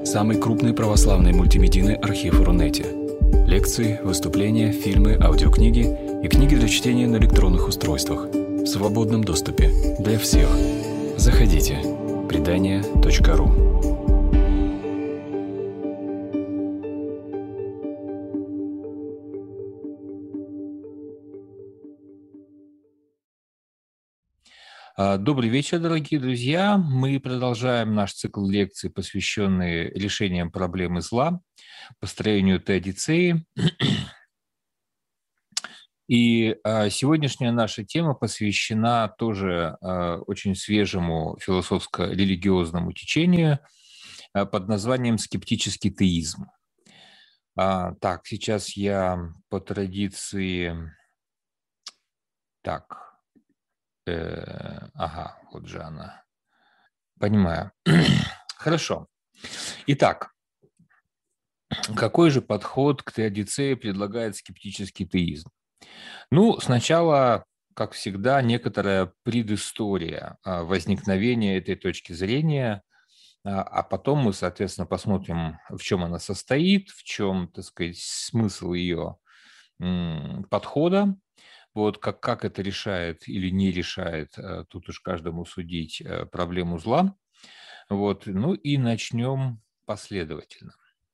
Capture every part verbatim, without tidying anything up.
самый крупный православный мультимедийный архив Рунете. Лекции, выступления, фильмы, аудиокниги и книги для чтения на электронных устройствах в свободном доступе для всех. Заходите. предания точка ру. Добрый вечер, дорогие друзья. Мы продолжаем наш цикл лекций, посвященный решениям проблемы зла, построению теодицеи. И сегодняшняя наша тема посвящена тоже очень свежему философско-религиозному течению под названием скептический теизм. Так, сейчас я по традиции... Так... Ага, вот же она. Понимаю. Хорошо. Итак, какой же подход к теодицее предлагает скептический теизм? Ну, сначала, как всегда, некоторая предыстория возникновения этой точки зрения, а потом мы, соответственно, посмотрим, в чем она состоит, в чем, так сказать, смысл ее подхода. Вот как, как это решает или не решает, тут уж каждому судить, проблему зла. Вот. Ну и начнем последовательно.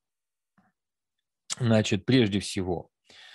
Значит, прежде всего,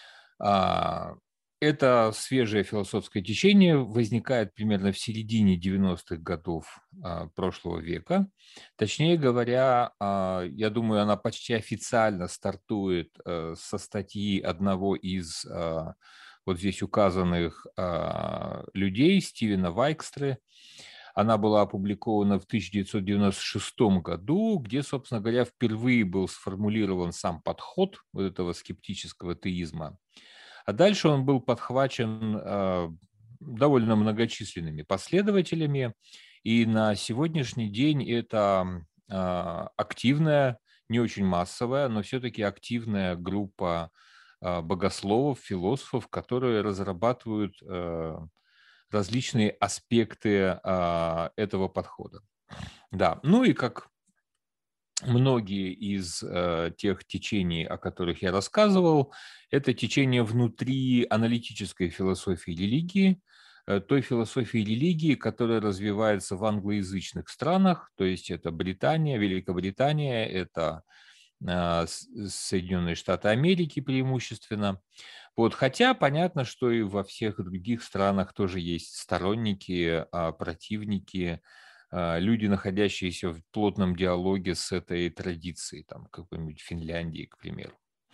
это свежее философское течение возникает примерно в середине девяностых годов прошлого века. Точнее говоря, я думаю, она почти официально стартует со статьи одного из вот здесь указанных э, людей, Стивена Вайкстры. Она была опубликована в тысяча девятьсот девяносто шестом году, где, собственно говоря, впервые был сформулирован сам подход вот этого скептического теизма. А дальше он был подхвачен э, довольно многочисленными последователями. И на сегодняшний день это э, активная, не очень массовая, но все-таки активная группа богословов, философов, которые разрабатывают различные аспекты этого подхода. Да, ну и как многие из тех течений, о которых я рассказывал, это течение внутри аналитической философии религии, той философии религии, которая развивается в англоязычных странах, то есть это Британия, Великобритания, это Соединенные Штаты Америки преимущественно. Вот. Хотя понятно, что и во всех других странах тоже есть сторонники, противники, люди, находящиеся в плотном диалоге с этой традицией, там, какой-нибудь Финляндии, к примеру.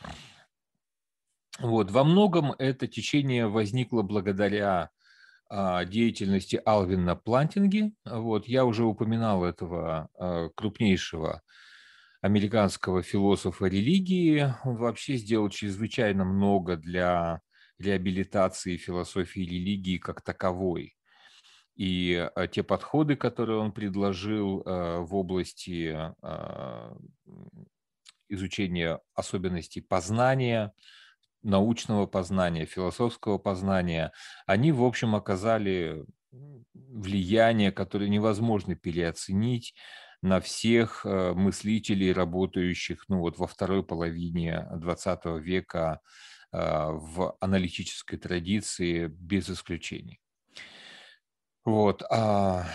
Вот. Во многом это течение возникло благодаря деятельности Алвина Плантинги. Вот. Я уже упоминал этого крупнейшего американского философа религии. Он вообще сделал чрезвычайно много для реабилитации философии религии как таковой. И те подходы, которые он предложил в области изучения особенностей познания, научного познания, философского познания, они, в общем, оказали влияние, которое невозможно переоценить на всех мыслителей, работающих ну, вот во второй половине двадцатого века в аналитической традиции без исключений. Вот. А,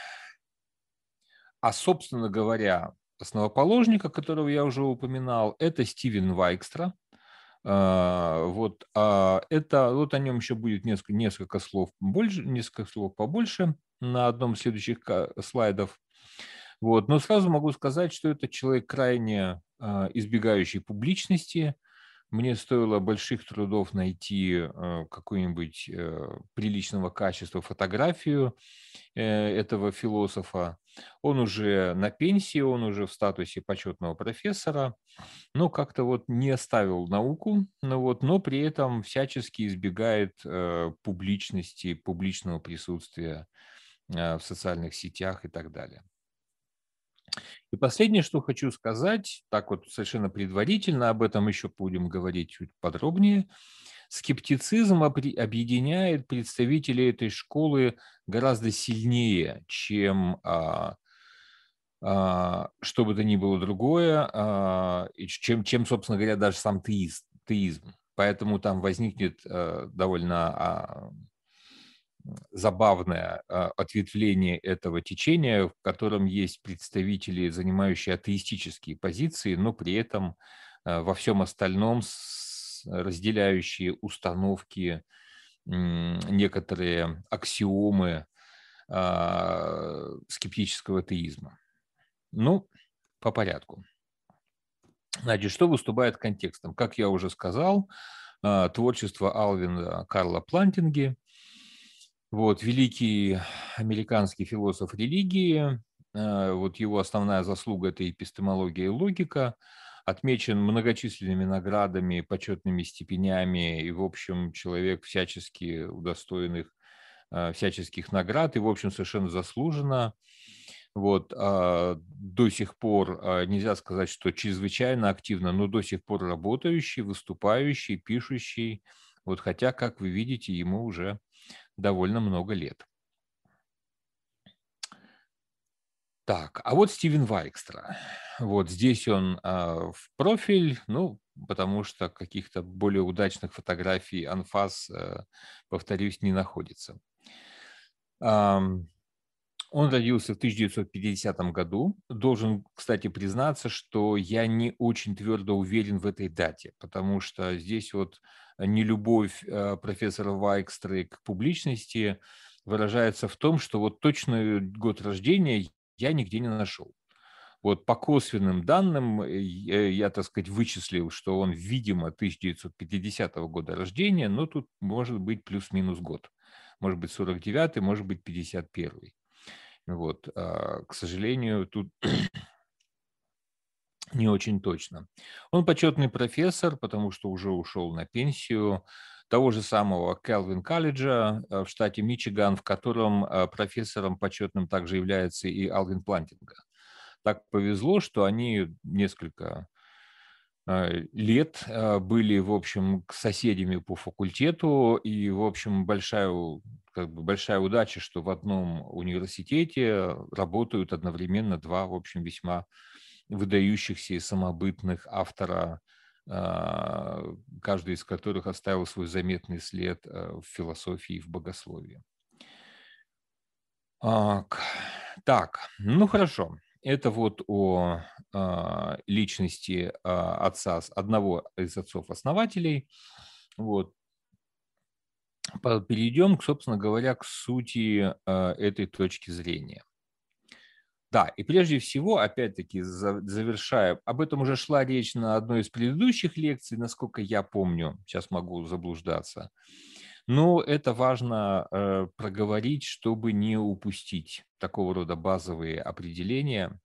а собственно говоря, основоположника, которого я уже упоминал, это Стивен Вайкстра. Вот, это, вот о нем еще будет несколько, несколько слов больше, несколько слов побольше на одном из следующих слайдов. Вот. Но сразу могу сказать, что это человек крайне избегающий публичности. Мне стоило больших трудов найти какую-нибудь приличного качества фотографию этого философа. Он уже на пенсии, он уже в статусе почетного профессора, но как-то вот не оставил науку, но, вот, но при этом всячески избегает публичности, публичного присутствия в социальных сетях и так далее. И последнее, что хочу сказать, так вот совершенно предварительно, об этом еще будем говорить чуть подробнее. Скептицизм объединяет представителей этой школы гораздо сильнее, чем что бы то ни было другое, чем, чем, собственно говоря, даже сам теизм. теизм. Поэтому там возникнет довольно забавное ответвление этого течения, в котором есть представители, занимающие атеистические позиции, но при этом во всем остальном разделяющие установки, некоторые аксиомы скептического атеизма. Ну, по порядку. Значит, что выступает контекстом? Как я уже сказал, творчество Алвина Карла Плантинги, вот, великий американский философ религии, вот его основная заслуга – это эпистемология и логика, отмечен многочисленными наградами, почетными степенями, и, в общем, человек всячески удостоенных всяческих наград, и, в общем, совершенно заслуженно. Вот, до сих пор, нельзя сказать, что чрезвычайно активно, но до сих пор работающий, выступающий, пишущий, вот, хотя, как вы видите, ему уже довольно много лет. Так, а вот Стивен Вайкстра. Вот здесь он а, в профиль, ну, потому что каких-то более удачных фотографий анфас, а, повторюсь, не находится. А, он родился в тысяча девятьсот пятидесятом году. Должен, кстати, признаться, что я не очень твердо уверен в этой дате, потому что здесь вот нелюбовь а, профессора Вайкстры к публичности выражается в том, что вот точный год рождения я нигде не нашел. Вот по косвенным данным я, я, так сказать, вычислил, что он, видимо, тысяча девятьсот пятидесятого года рождения, но тут может быть плюс-минус год. Может быть сорок девятый, может быть пятьдесят первый. Вот. А, к сожалению, тут не очень точно. Он почетный профессор, потому что уже ушел на пенсию, того же самого Келвин колледжа в штате Мичиган, в котором профессором почетным также является и Алвин Плантинга. Так повезло, что они несколько лет были, в общем, соседями по факультету, и, в общем, большая, как бы большая удача, что в одном университете работают одновременно два, в общем, весьма выдающихся и самобытных автора, каждый из которых оставил свой заметный след в философии и в богословии. Так, ну хорошо. Это вот о а, личности а, отца, одного из отцов-основателей. Вот. Перейдем, собственно говоря, к сути а, этой точки зрения. Да, и прежде всего, опять-таки, завершая, об этом уже шла речь на одной из предыдущих лекций, насколько я помню, сейчас могу заблуждаться. Но это важно э, проговорить, чтобы не упустить такого рода базовые определения.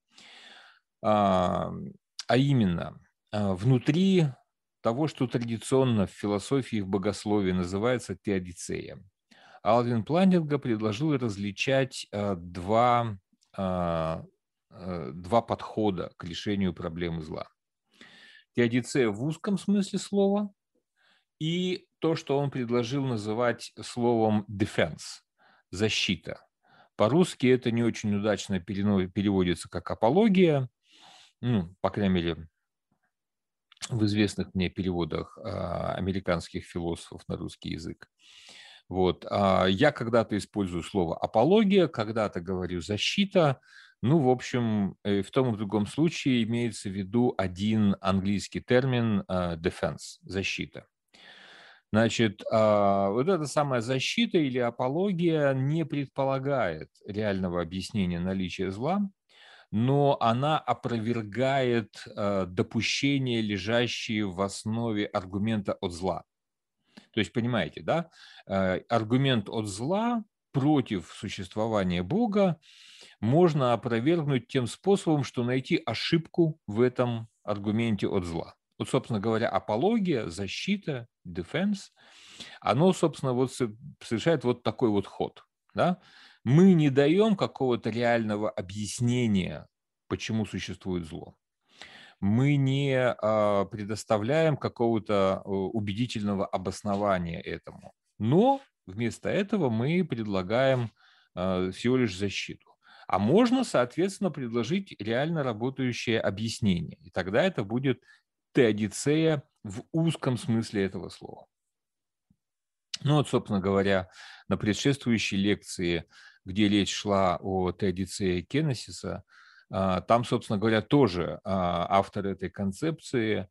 А, а именно, внутри того, что традиционно в философии и в богословии называется теодицея, Алвин Плантинга предложил различать а, два, а, два подхода к решению проблемы зла. Теодицея в узком смысле слова и то, что он предложил называть словом defense – защита. По-русски это не очень удачно переводится как апология, ну, по крайней мере, в известных мне переводах а, американских философов на русский язык. Вот. А я когда-то использую слово апология, когда-то говорю защита. Ну, в общем, в том и в другом случае имеется в виду один английский термин defense – защита. Значит, вот эта самая защита или апология не предполагает реального объяснения наличия зла, но она опровергает допущения, лежащие в основе аргумента от зла. То есть, понимаете, да, аргумент от зла против существования Бога можно опровергнуть тем способом, что найти ошибку в этом аргументе от зла. Вот, собственно говоря, апология, защита, defense, оно, собственно, вот совершает вот такой вот ход. Да? Мы не даем какого-то реального объяснения, почему существует зло. Мы не а, предоставляем какого-то убедительного обоснования этому. Но вместо этого мы предлагаем а, всего лишь защиту. А можно, соответственно, предложить реально работающее объяснение. И тогда это будет теодицея в узком смысле этого слова. Ну вот, собственно говоря, на предшествующей лекции, где речь шла о теодицее Кенесиса, там, собственно говоря, тоже автор этой концепции,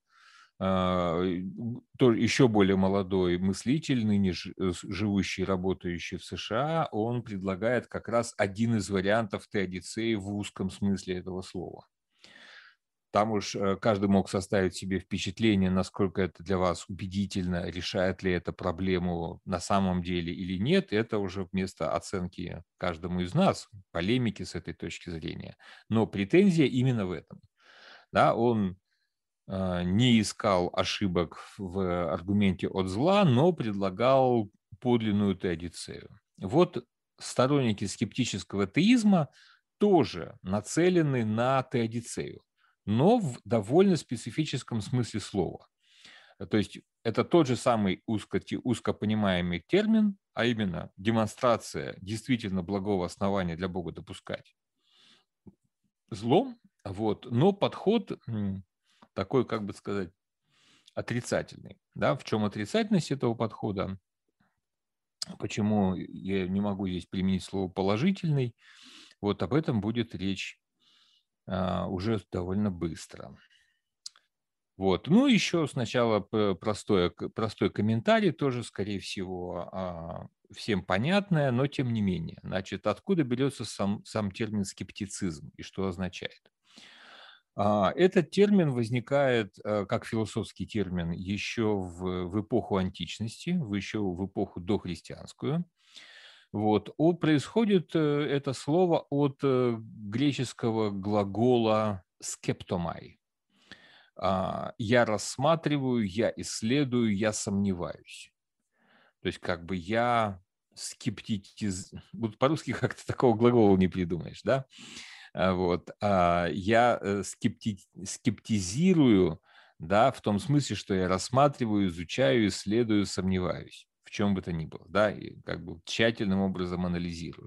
еще более молодой мыслитель, ныне живущий, работающий в США, он предлагает как раз один из вариантов теодицеи в узком смысле этого слова. Там уж каждый мог составить себе впечатление, насколько это для вас убедительно, решает ли это проблему на самом деле или нет. Это уже вместо оценки каждому из нас, полемики с этой точки зрения. Но претензия именно в этом. Да, он не искал ошибок в аргументе от зла, но предлагал подлинную теодицею. Вот сторонники скептического теизма тоже нацелены на теодицею, но в довольно специфическом смысле слова. То есть это тот же самый узко, узко понимаемый термин, а именно демонстрация действительно благого основания для Бога допускать зло, вот, но подход такой, как бы сказать, отрицательный. Да? В чем отрицательность этого подхода? Почему я не могу здесь применить слово положительный? Вот об этом будет речь а, уже довольно быстро. Вот. Ну, еще сначала простой, простой комментарий, тоже, скорее всего, а, всем понятное, но тем не менее. Значит, откуда берется сам, сам термин скептицизм и что означает? Этот термин возникает как философский термин еще в, в эпоху античности, еще в эпоху дохристианскую. Вот. Он, происходит это слово от греческого глагола «скептомай». Я рассматриваю, я исследую, я сомневаюсь. То есть как бы я скептиз... По-русски как-то такого глагола не придумаешь, да? Вот. Я скепти... скептизирую, да, в том смысле, что я рассматриваю, изучаю, исследую, сомневаюсь, в чем бы то ни было, да, и как бы тщательным образом анализирую.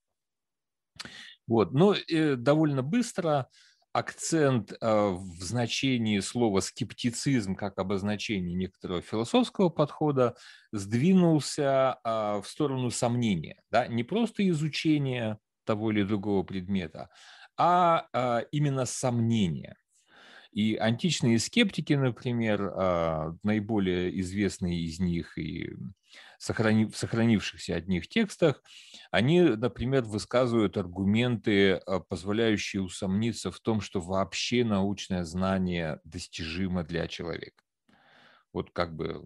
Вот. Но довольно быстро акцент в значении слова скептицизм как обозначение некоторого философского подхода сдвинулся в сторону сомнения, да, не просто изучения того или другого предмета, а, а именно сомнения. И античные скептики, например, наиболее известные из них и сохранив, в сохранившихся от них текстах, они, например, высказывают аргументы, позволяющие усомниться в том, что вообще научное знание достижимо для человека. Вот как бы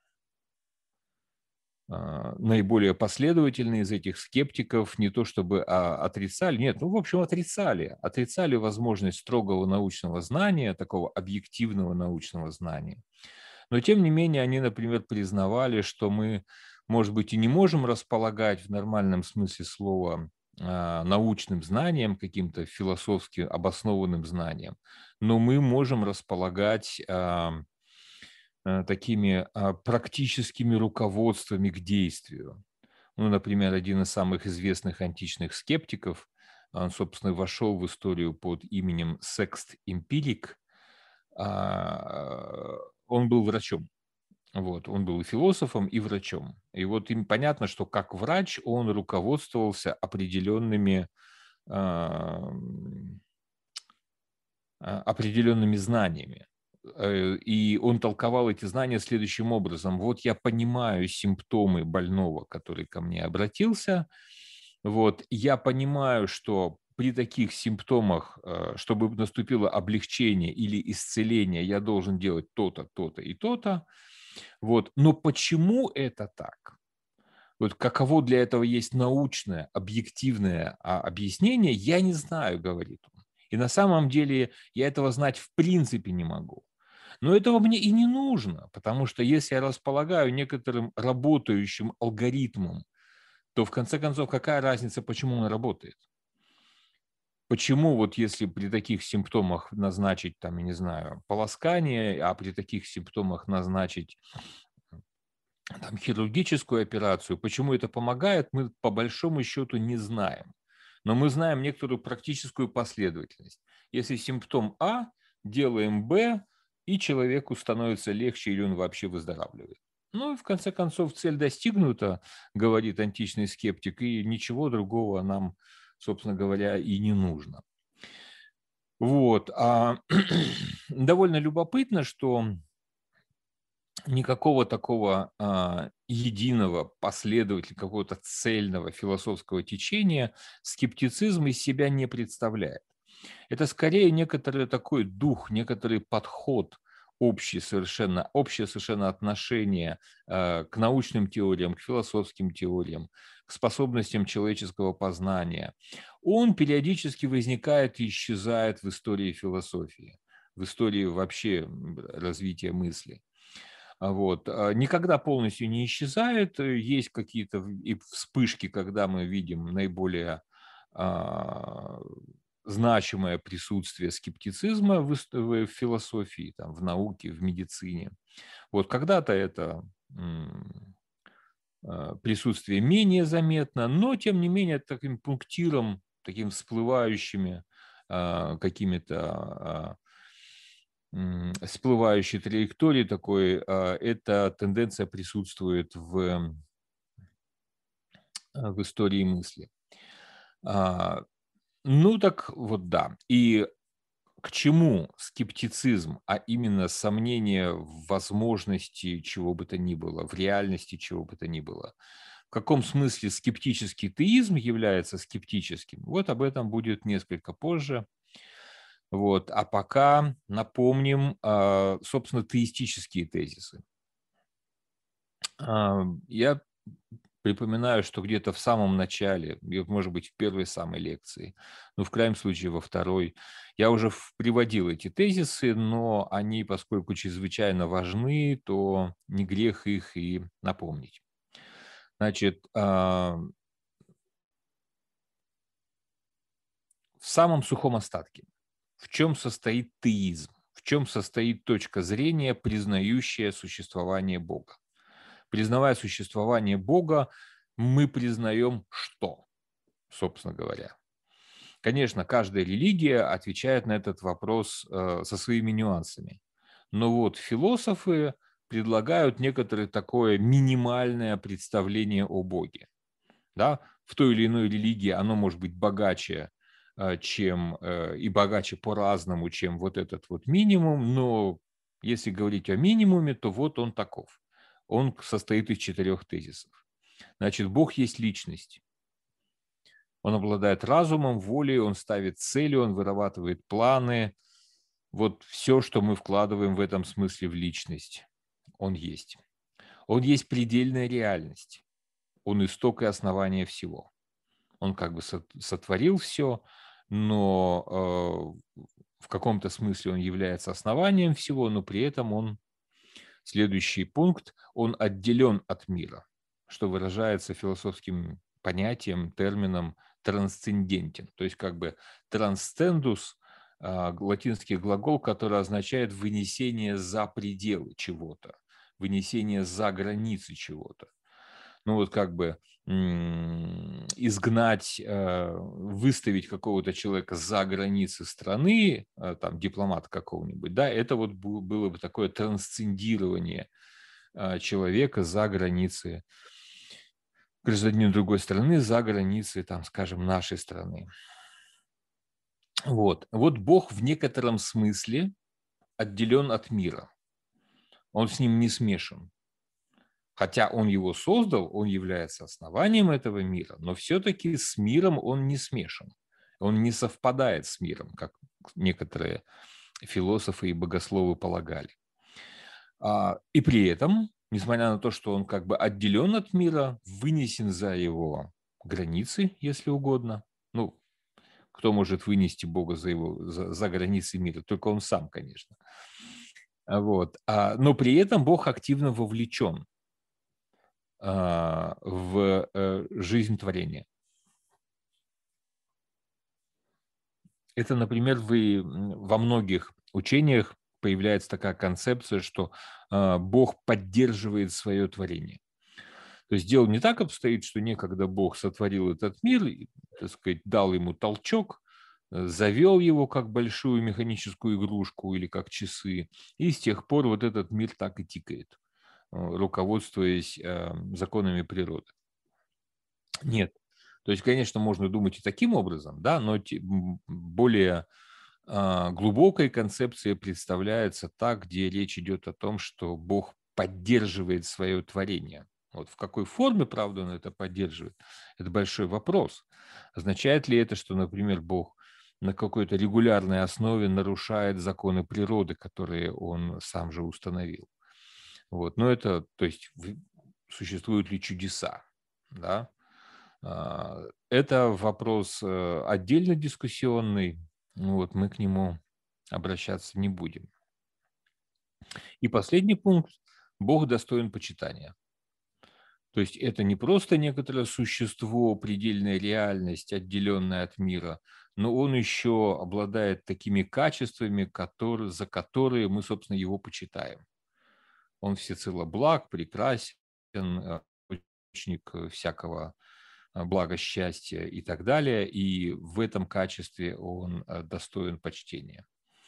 наиболее последовательные из этих скептиков не то чтобы отрицали, нет, ну, в общем, отрицали, отрицали возможность строгого научного знания, такого объективного научного знания. Но, тем не менее, они, например, признавали, что мы, может быть, и не можем располагать в нормальном смысле слова научным знанием, каким-то философски обоснованным знанием, но мы можем располагать такими практическими руководствами к действию. Ну, например, один из самых известных античных скептиков, он, собственно, вошел в историю под именем Секст Эмпирик, он был врачом. Вот, он был и философом, и врачом. И вот им понятно, что как врач он руководствовался определенными, определенными знаниями. И он толковал эти знания следующим образом. Вот я понимаю симптомы больного, который ко мне обратился. Вот, я понимаю, что при таких симптомах, чтобы наступило облегчение или исцеление, я должен делать то-то, то-то и то-то. Вот. Но почему это так? Вот каково для этого есть научное, объективное объяснение, я не знаю, говорит он. И на самом деле я этого знать в принципе не могу. Но этого мне и не нужно, потому что если я располагаю некоторым работающим алгоритмом, то в конце концов какая разница, почему он работает? Почему вот если при таких симптомах назначить, там, я не знаю, полоскание, а при таких симптомах назначить там, хирургическую операцию, почему это помогает, мы по большому счету не знаем. но мы знаем некоторую практическую последовательность. Если симптом А, делаем Б, и человеку становится легче или он вообще выздоравливает. Ну и в конце концов цель достигнута, говорит античный скептик, и ничего другого нам, собственно говоря, и не нужно. Вот. А довольно любопытно, что никакого такого а, единого, последовательного, какого-то цельного философского течения скептицизм из себя не представляет. Это скорее некоторый такой дух, некоторый подход, общий совершенно, общее совершенно отношение э, к научным теориям, к философским теориям, к способностям человеческого познания. Он периодически возникает и исчезает в истории философии, в истории вообще развития мысли. Вот. Никогда полностью не исчезает. Есть какие-то и вспышки, когда мы видим наиболее а, значимое присутствие скептицизма в, в философии, там, в науке, в медицине. Вот когда-то это м, присутствие менее заметно, но тем не менее таким пунктиром, таким всплывающими а, какими-то а, всплывающей траектории такой, эта тенденция присутствует в, в истории мысли. Ну так вот да. И к чему скептицизм, а именно сомнение в возможности чего бы то ни было, в реальности чего бы то ни было? В каком смысле скептический теизм является скептическим? Вот об этом будет несколько позже. Вот. А пока напомним, собственно, теистические тезисы. Я припоминаю, что где-то в самом начале, может быть, в первой самой лекции, ну, в крайнем случае, во второй, я уже приводил эти тезисы, но они, поскольку чрезвычайно важны, то не грех их и напомнить. Значит, в самом сухом остатке. В чем состоит теизм? В чем состоит точка зрения, признающая существование Бога? Признавая существование Бога, мы признаем что, собственно говоря? Конечно, каждая религия отвечает на этот вопрос э, со своими нюансами. Но вот философы предлагают некоторое такое минимальное представление о Боге. Да? В той или иной религии оно может быть богаче, чем, и богаче по-разному, чем вот этот вот минимум, но если говорить о минимуме, то вот он таков. Он состоит из четырех тезисов. Значит, Бог есть личность. Он обладает разумом, волей, он ставит цели, он вырабатывает планы. Вот все, что мы вкладываем в этом смысле в личность, он есть. Он есть предельная реальность. Он исток и основание всего. Он как бы сотворил все, но э, в каком-то смысле он является основанием всего, но при этом он, следующий пункт, он отделен от мира, что выражается философским понятием, термином трансцендентен. То есть как бы трансцендус, э, латинский глагол, который означает вынесение за пределы чего-то, вынесение за границы чего-то. Ну вот как бы изгнать, выставить какого-то человека за границы страны, там, дипломата какого-нибудь, да, это вот было бы такое трансцендирование человека за границы, гражданина другой страны, за границы, там, скажем, нашей страны. Вот. Вот Бог в некотором смысле отделен от мира. Он с ним не смешан. Хотя он его создал, он является основанием этого мира, но все-таки с миром он не смешан. Он не совпадает с миром, как некоторые философы и богословы полагали. И при этом, несмотря на то, что он как бы отделен от мира, вынесен за его границы, если угодно. Ну, кто может вынести Бога за, его, за, за границы мира? Только он сам, конечно. Вот. Но при этом Бог активно вовлечен в жизнь творения. Это, например, вы, во многих учениях появляется такая концепция, что Бог поддерживает свое творение. То есть дело не так обстоит, что некогда Бог сотворил этот мир, так сказать, дал ему толчок, завел его как большую механическую игрушку или как часы, и с тех пор вот этот мир так и тикает, руководствуясь законами природы. Нет. То есть, конечно, можно думать и таким образом, да, но более глубокая концепция представляется та, где речь идет о том, что Бог поддерживает свое творение. Вот в какой форме, правда, он это поддерживает, это большой вопрос. Означает ли это, что, например, Бог на какой-то регулярной основе нарушает законы природы, которые он сам же установил? Вот. Но это, то есть, существуют ли чудеса, да? Это вопрос отдельно дискуссионный, вот, мы к нему обращаться не будем. И последний пункт. Бог достоин почитания. То есть это не просто некоторое существо, предельная реальность, отделенная от мира, но он еще обладает такими качествами, которые, за которые мы, собственно, его почитаем. Он всецело благ, прекрасен, источник всякого блага, счастья и так далее, и в этом качестве он достоин почтения.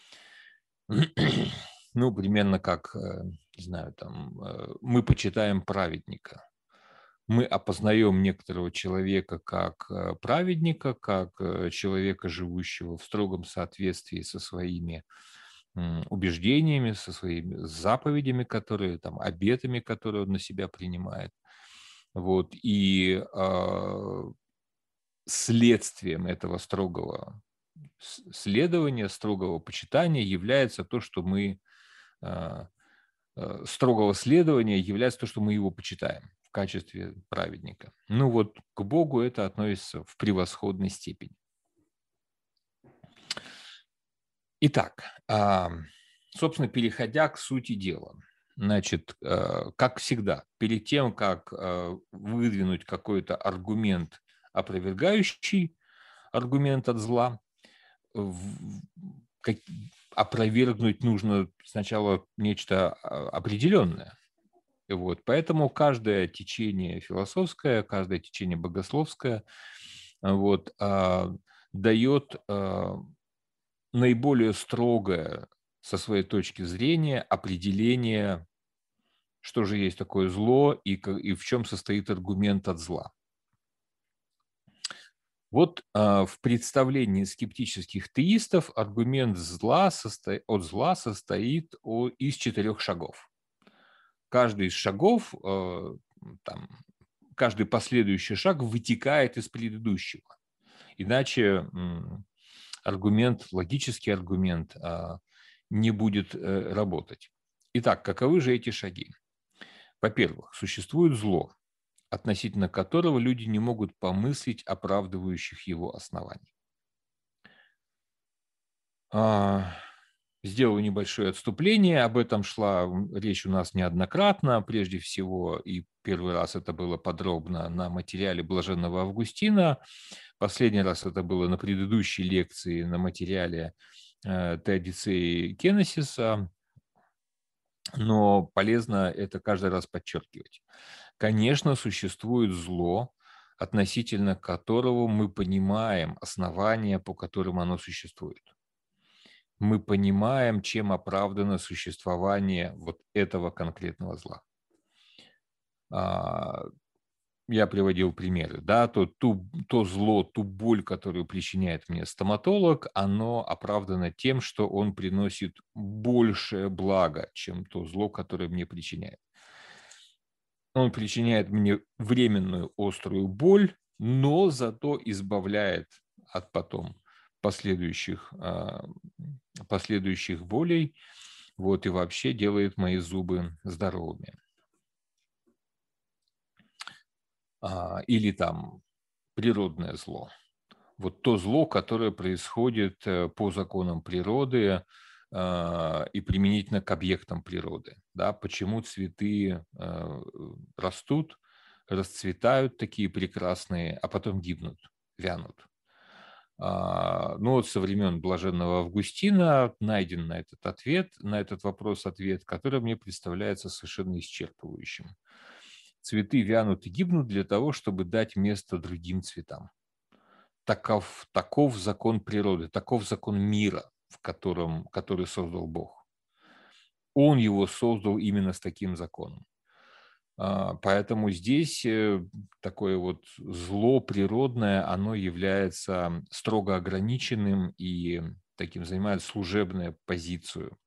Ну, примерно как, не знаю, там, мы почитаем праведника. Мы опознаем некоторого человека как праведника, как человека, живущего в строгом соответствии со своими убеждениями, со своими заповедями, которые, там, обетами, которые он на себя принимает. Вот, и э, следствием этого строгого следования, строгого почитания является то, что мы э, э, строгого следования является то, что мы его почитаем в качестве праведника. Ну вот к Богу это относится в превосходной степени. Итак, э, собственно, переходя к сути дела. Значит, как всегда, перед тем, как выдвинуть какой-то аргумент, опровергающий аргумент от зла, опровергнуть нужно сначала нечто определенное. Вот. Поэтому каждое течение философское, каждое течение богословское вот, дает наиболее строгое со своей точки зрения определение, что же есть такое зло и, и в чем состоит аргумент от зла. Вот э, в представлении скептических теистов аргумент зла состо... от зла состоит о... из четырех шагов. Каждый из шагов, э, там, каждый последующий шаг вытекает из предыдущего. Иначе э, аргумент, логический аргумент э, не будет э, работать. Итак, каковы же эти шаги? Во-первых, существует зло, относительно которого люди не могут помыслить оправдывающих его оснований. Сделаю небольшое отступление, об этом шла речь у нас неоднократно, прежде всего, и первый раз это было подробно на материале Блаженного Августина, последний раз это было на предыдущей лекции на материале Теодицеи Кенесиса, но полезно это каждый раз подчеркивать. Конечно, существует зло, относительно которого мы понимаем основания, по которым оно существует. Мы понимаем, чем оправдано существование вот этого конкретного зла. Я приводил примеры. Да, то, ту, то зло, ту боль, которую причиняет мне стоматолог, оно оправдано тем, что он приносит большее благо, чем то зло, которое мне причиняет. Он причиняет мне временную острую боль, но зато избавляет от потом последующих, последующих болей, вот, и вообще делает мои зубы здоровыми. Или там природное зло. Вот то зло, которое происходит по законам природы и применительно к объектам природы. Да, почему цветы растут, расцветают такие прекрасные, а потом гибнут, вянут. Ну вот со времен Блаженного Августина найден на этот ответ, на этот вопрос ответ, который мне представляется совершенно исчерпывающим. Цветы вянут и гибнут для того, чтобы дать место другим цветам. таков, таков закон природы, таков закон мира, в котором, который создал Бог. Он его создал именно с таким законом. Поэтому здесь такое вот зло природное, оно является строго ограниченным и таким занимает служебную позицию.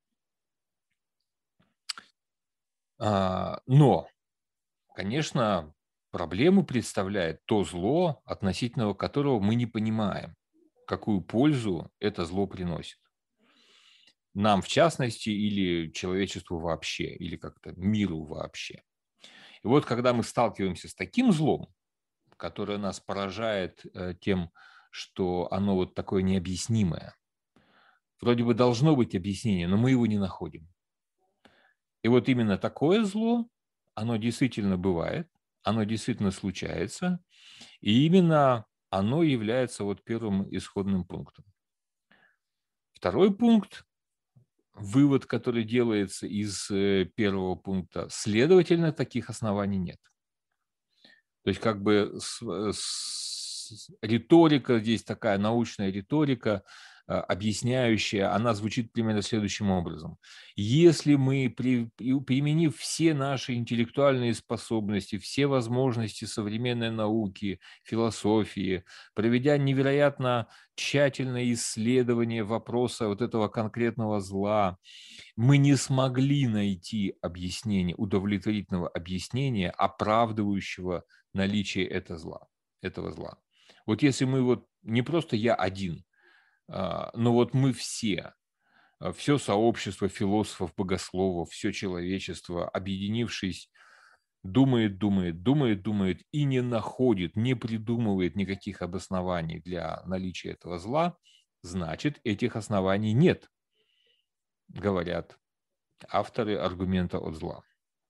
Но, конечно, проблему представляет то зло, относительно которого мы не понимаем, какую пользу это зло приносит. Нам в частности или человечеству вообще, или как-то миру вообще. И вот когда мы сталкиваемся с таким злом, которое нас поражает тем, что оно вот такое необъяснимое, вроде бы должно быть объяснение, но мы его не находим. И вот именно такое зло, оно действительно бывает, оно действительно случается, и именно оно является вот первым исходным пунктом. Второй пункт, вывод, который делается из первого пункта, следовательно, таких оснований нет. То есть как бы с, с, риторика здесь такая, научная риторика, объясняющая, она звучит примерно следующим образом. Если мы, при, применив все наши интеллектуальные способности, все возможности современной науки, философии, проведя невероятно тщательное исследование вопроса вот этого конкретного зла, мы не смогли найти объяснение, удовлетворительного объяснения, оправдывающего наличие этого зла, этого зла. Вот если мы вот, не просто я один, но вот мы все, все сообщество философов, богословов, все человечество, объединившись, думает, думает, думает, думает и не находит, не придумывает никаких обоснований для наличия этого зла, значит, этих оснований нет, говорят авторы аргумента от зла.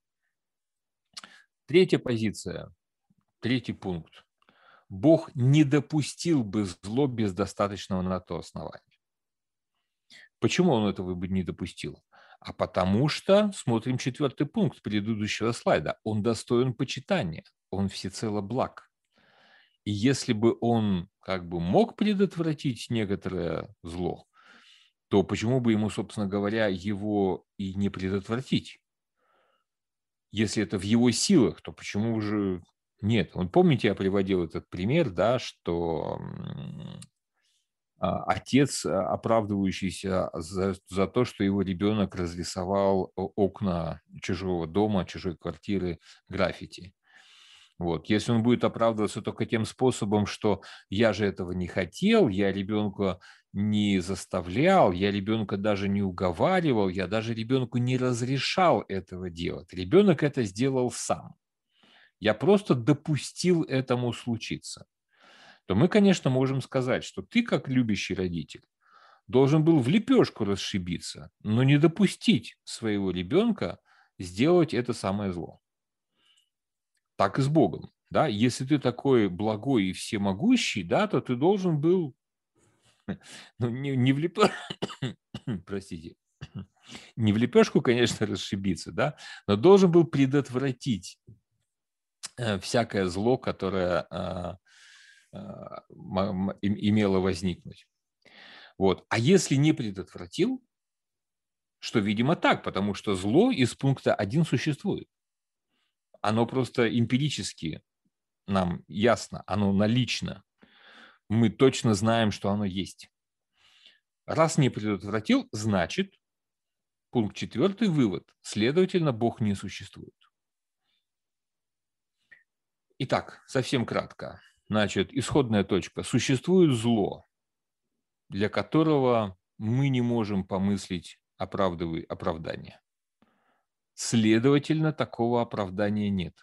Третья позиция, третий пункт. Бог не допустил бы зло без достаточного на то основания. Почему он этого бы не допустил? А потому что, смотрим четвертый пункт предыдущего слайда, он достоин почитания, он всецело благ. И если бы он как бы мог предотвратить некоторое зло, то почему бы ему, собственно говоря, его и не предотвратить? Если это в его силах, то почему же нет? Вот помните, я приводил этот пример, да, что отец, оправдывающийся за, за то, что его ребенок разрисовал окна чужого дома, чужой квартиры граффити. Вот. Если он будет оправдываться только тем способом, что я же этого не хотел, я ребенка не заставлял, я ребенка даже не уговаривал, я даже ребенку не разрешал этого делать. Ребенок это сделал сам. Я просто допустил этому случиться. То мы, конечно, можем сказать, что ты, как любящий родитель, должен был в лепешку расшибиться, но не допустить своего ребенка сделать это самое зло. Так и с Богом. Да? Если ты такой благой и всемогущий, да, то ты должен был, ну, не, не в лепешку, простите, не в лепешку, конечно, расшибиться, да, но должен был предотвратить всякое зло, которое а, а, имело возникнуть. Вот. А если не предотвратил, что, видимо, так, потому что зло из пункта один существует. Оно просто эмпирически нам ясно, оно налично. Мы точно знаем, что оно есть. Раз не предотвратил, значит, пункт четвертый, вывод. Следовательно, Бог не существует. Итак, совсем кратко. Значит, исходная точка. Существует зло, для которого мы не можем помыслить оправдание. Следовательно, такого оправдания нет.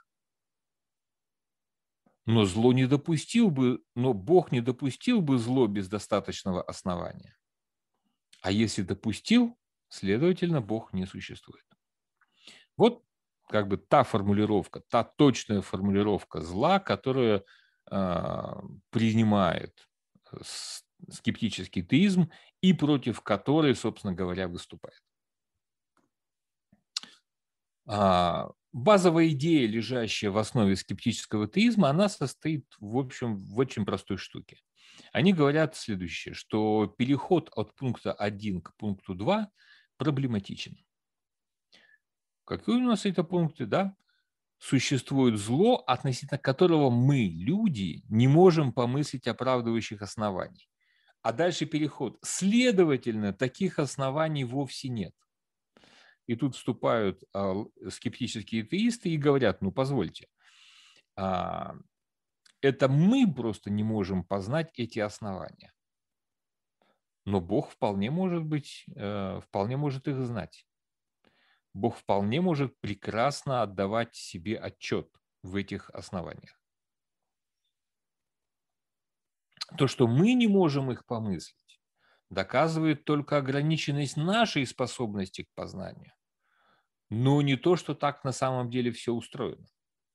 Но зло не допустил бы, но Бог не допустил бы зло без достаточного основания. А если допустил, следовательно, Бог не существует. Вот как бы та формулировка, та точная формулировка зла, которая э, принимает скептический теизм и против которой, собственно говоря, выступает. А, базовая идея, лежащая в основе скептического теизма, она состоит, в общем, в очень простой штуке. Они говорят следующее, что переход от пункта один к пункту два проблематичен. Какие у нас это пункты, да? Существует зло, относительно которого мы, люди, не можем помыслить оправдывающих оснований. А дальше переход. Следовательно, таких оснований вовсе нет. И тут вступают а, скептические атеисты и говорят, ну, позвольте, а, это мы просто не можем познать эти основания. Но Бог вполне может быть, э, вполне может их знать. Бог вполне может прекрасно отдавать себе отчет в этих основаниях. То, что мы не можем их помыслить, доказывает только ограниченность нашей способности к познанию, но не то, что так на самом деле все устроено.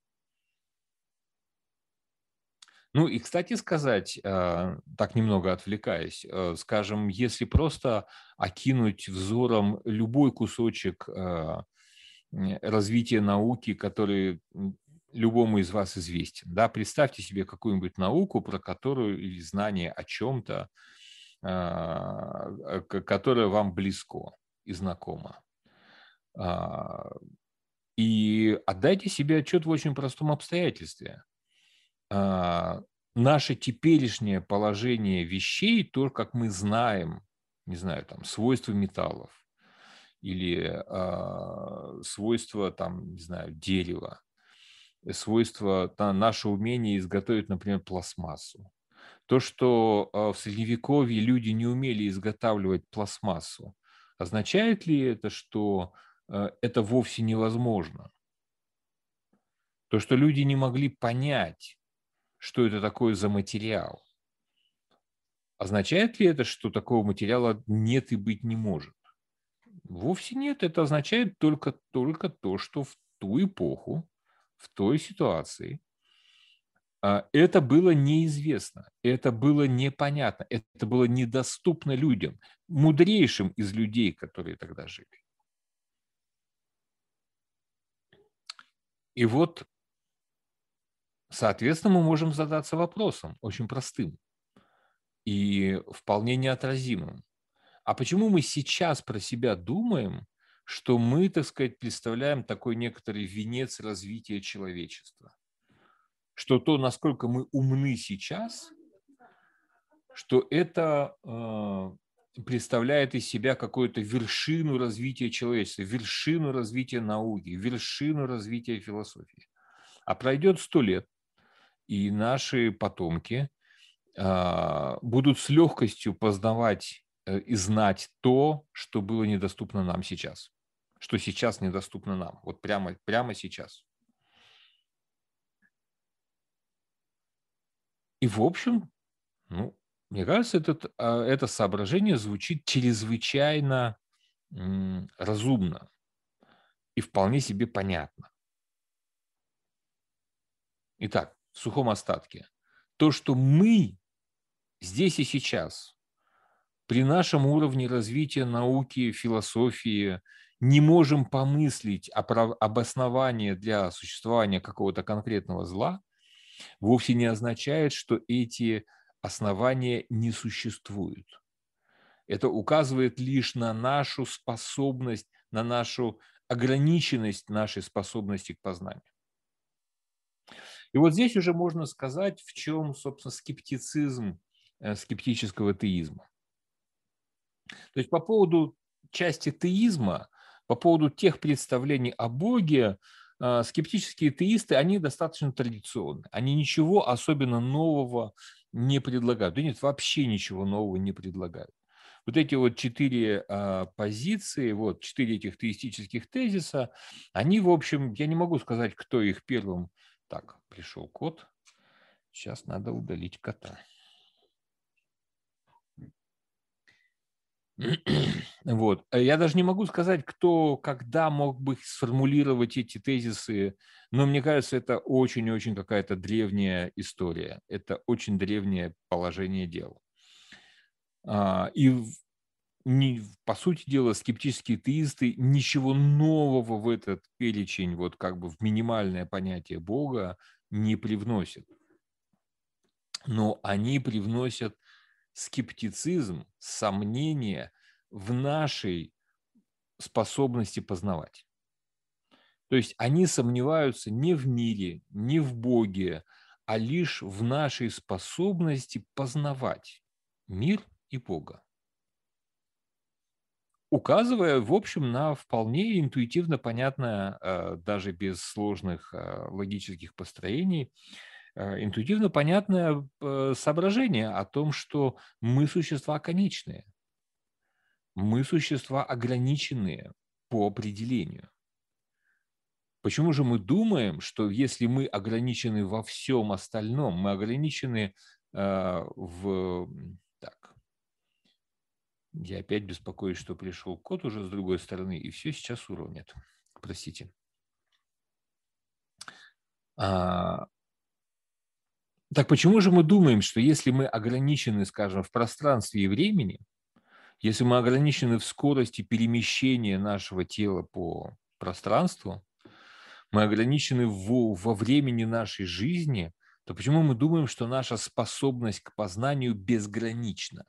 Ну и, кстати сказать, э, так немного отвлекаясь, э, скажем, если просто окинуть взором любой кусочек э, развития науки, который любому из вас известен, да, представьте себе какую-нибудь науку, про которую или знание о чем-то, э, которое вам близко и знакомо. И отдайте себе отчет в очень простом обстоятельстве. Наше теперешнее положение вещей, то, как мы знаем, не знаю, там, свойства металлов или э, свойства, там, не знаю, дерева, свойства, там, наше умение изготовить, например, пластмассу. То, что э, в Средневековье люди не умели изготавливать пластмассу, означает ли это, что э, это вовсе невозможно? То, что люди не могли понять, что это такое за материал. Означает ли это, что такого материала нет и быть не может? Вовсе нет. Это означает только, только то, что в ту эпоху, в той ситуации это было неизвестно, это было непонятно, это было недоступно людям, мудрейшим из людей, которые тогда жили. И вот, соответственно, мы можем задаться вопросом, очень простым и вполне неотразимым. А почему мы сейчас про себя думаем, что мы, так сказать, представляем такой некоторый венец развития человечества? Что то, насколько мы умны сейчас, что это э, представляет из себя какую-то вершину развития человечества, вершину развития науки, вершину развития философии. А пройдет сто лет, и наши потомки э, будут с легкостью познавать и знать то, что было недоступно нам сейчас, что сейчас недоступно нам, вот прямо, прямо сейчас. И в общем, ну, мне кажется, этот, это соображение звучит чрезвычайно м, разумно и вполне себе понятно. Итак, в сухом остатке. То, что мы здесь и сейчас при нашем уровне развития науки, философии не можем помыслить об основании для существования какого-то конкретного зла, вовсе не означает, что эти основания не существуют. Это указывает лишь на нашу способность, на нашу ограниченность нашей способности к познанию. И вот здесь уже можно сказать, в чем, собственно, скептицизм скептического теизма. То есть по поводу части теизма, по поводу тех представлений о Боге, скептические теисты, они достаточно традиционны. Они ничего особенно нового не предлагают. Да нет, вообще ничего нового не предлагают. Вот эти вот четыре а, позиции, вот четыре этих теистических тезиса, они, в общем, я не могу сказать, кто их первым. Так, пришел кот. Сейчас надо удалить кота. Вот. Я даже не могу сказать, кто, когда мог бы сформулировать эти тезисы, но мне кажется, это очень-очень какая-то древняя история. Это очень древнее положение дел. И, по сути дела, скептические теисты ничего нового в этот перечень, вот как бы в минимальное понятие Бога не привносят. но они привносят скептицизм, сомнения в нашей способности познавать. То есть они сомневаются не в мире, не в Боге, а лишь в нашей способности познавать мир и Бога, указывая, в общем, на вполне интуитивно понятное, э, даже без сложных э, логических построений, э, интуитивно понятное э, соображение о том, что мы существа конечные, мы существа ограниченные по определению. Почему же мы думаем, что если мы ограничены во всем остальном, мы ограничены э, в... Так, я опять беспокоюсь, что пришел код уже с другой стороны, и все сейчас уронит. Простите. А, так почему же мы думаем, что если мы ограничены, скажем, в пространстве и времени, если мы ограничены в скорости перемещения нашего тела по пространству, мы ограничены в, во времени нашей жизни, то почему мы думаем, что наша способность к познанию безгранична?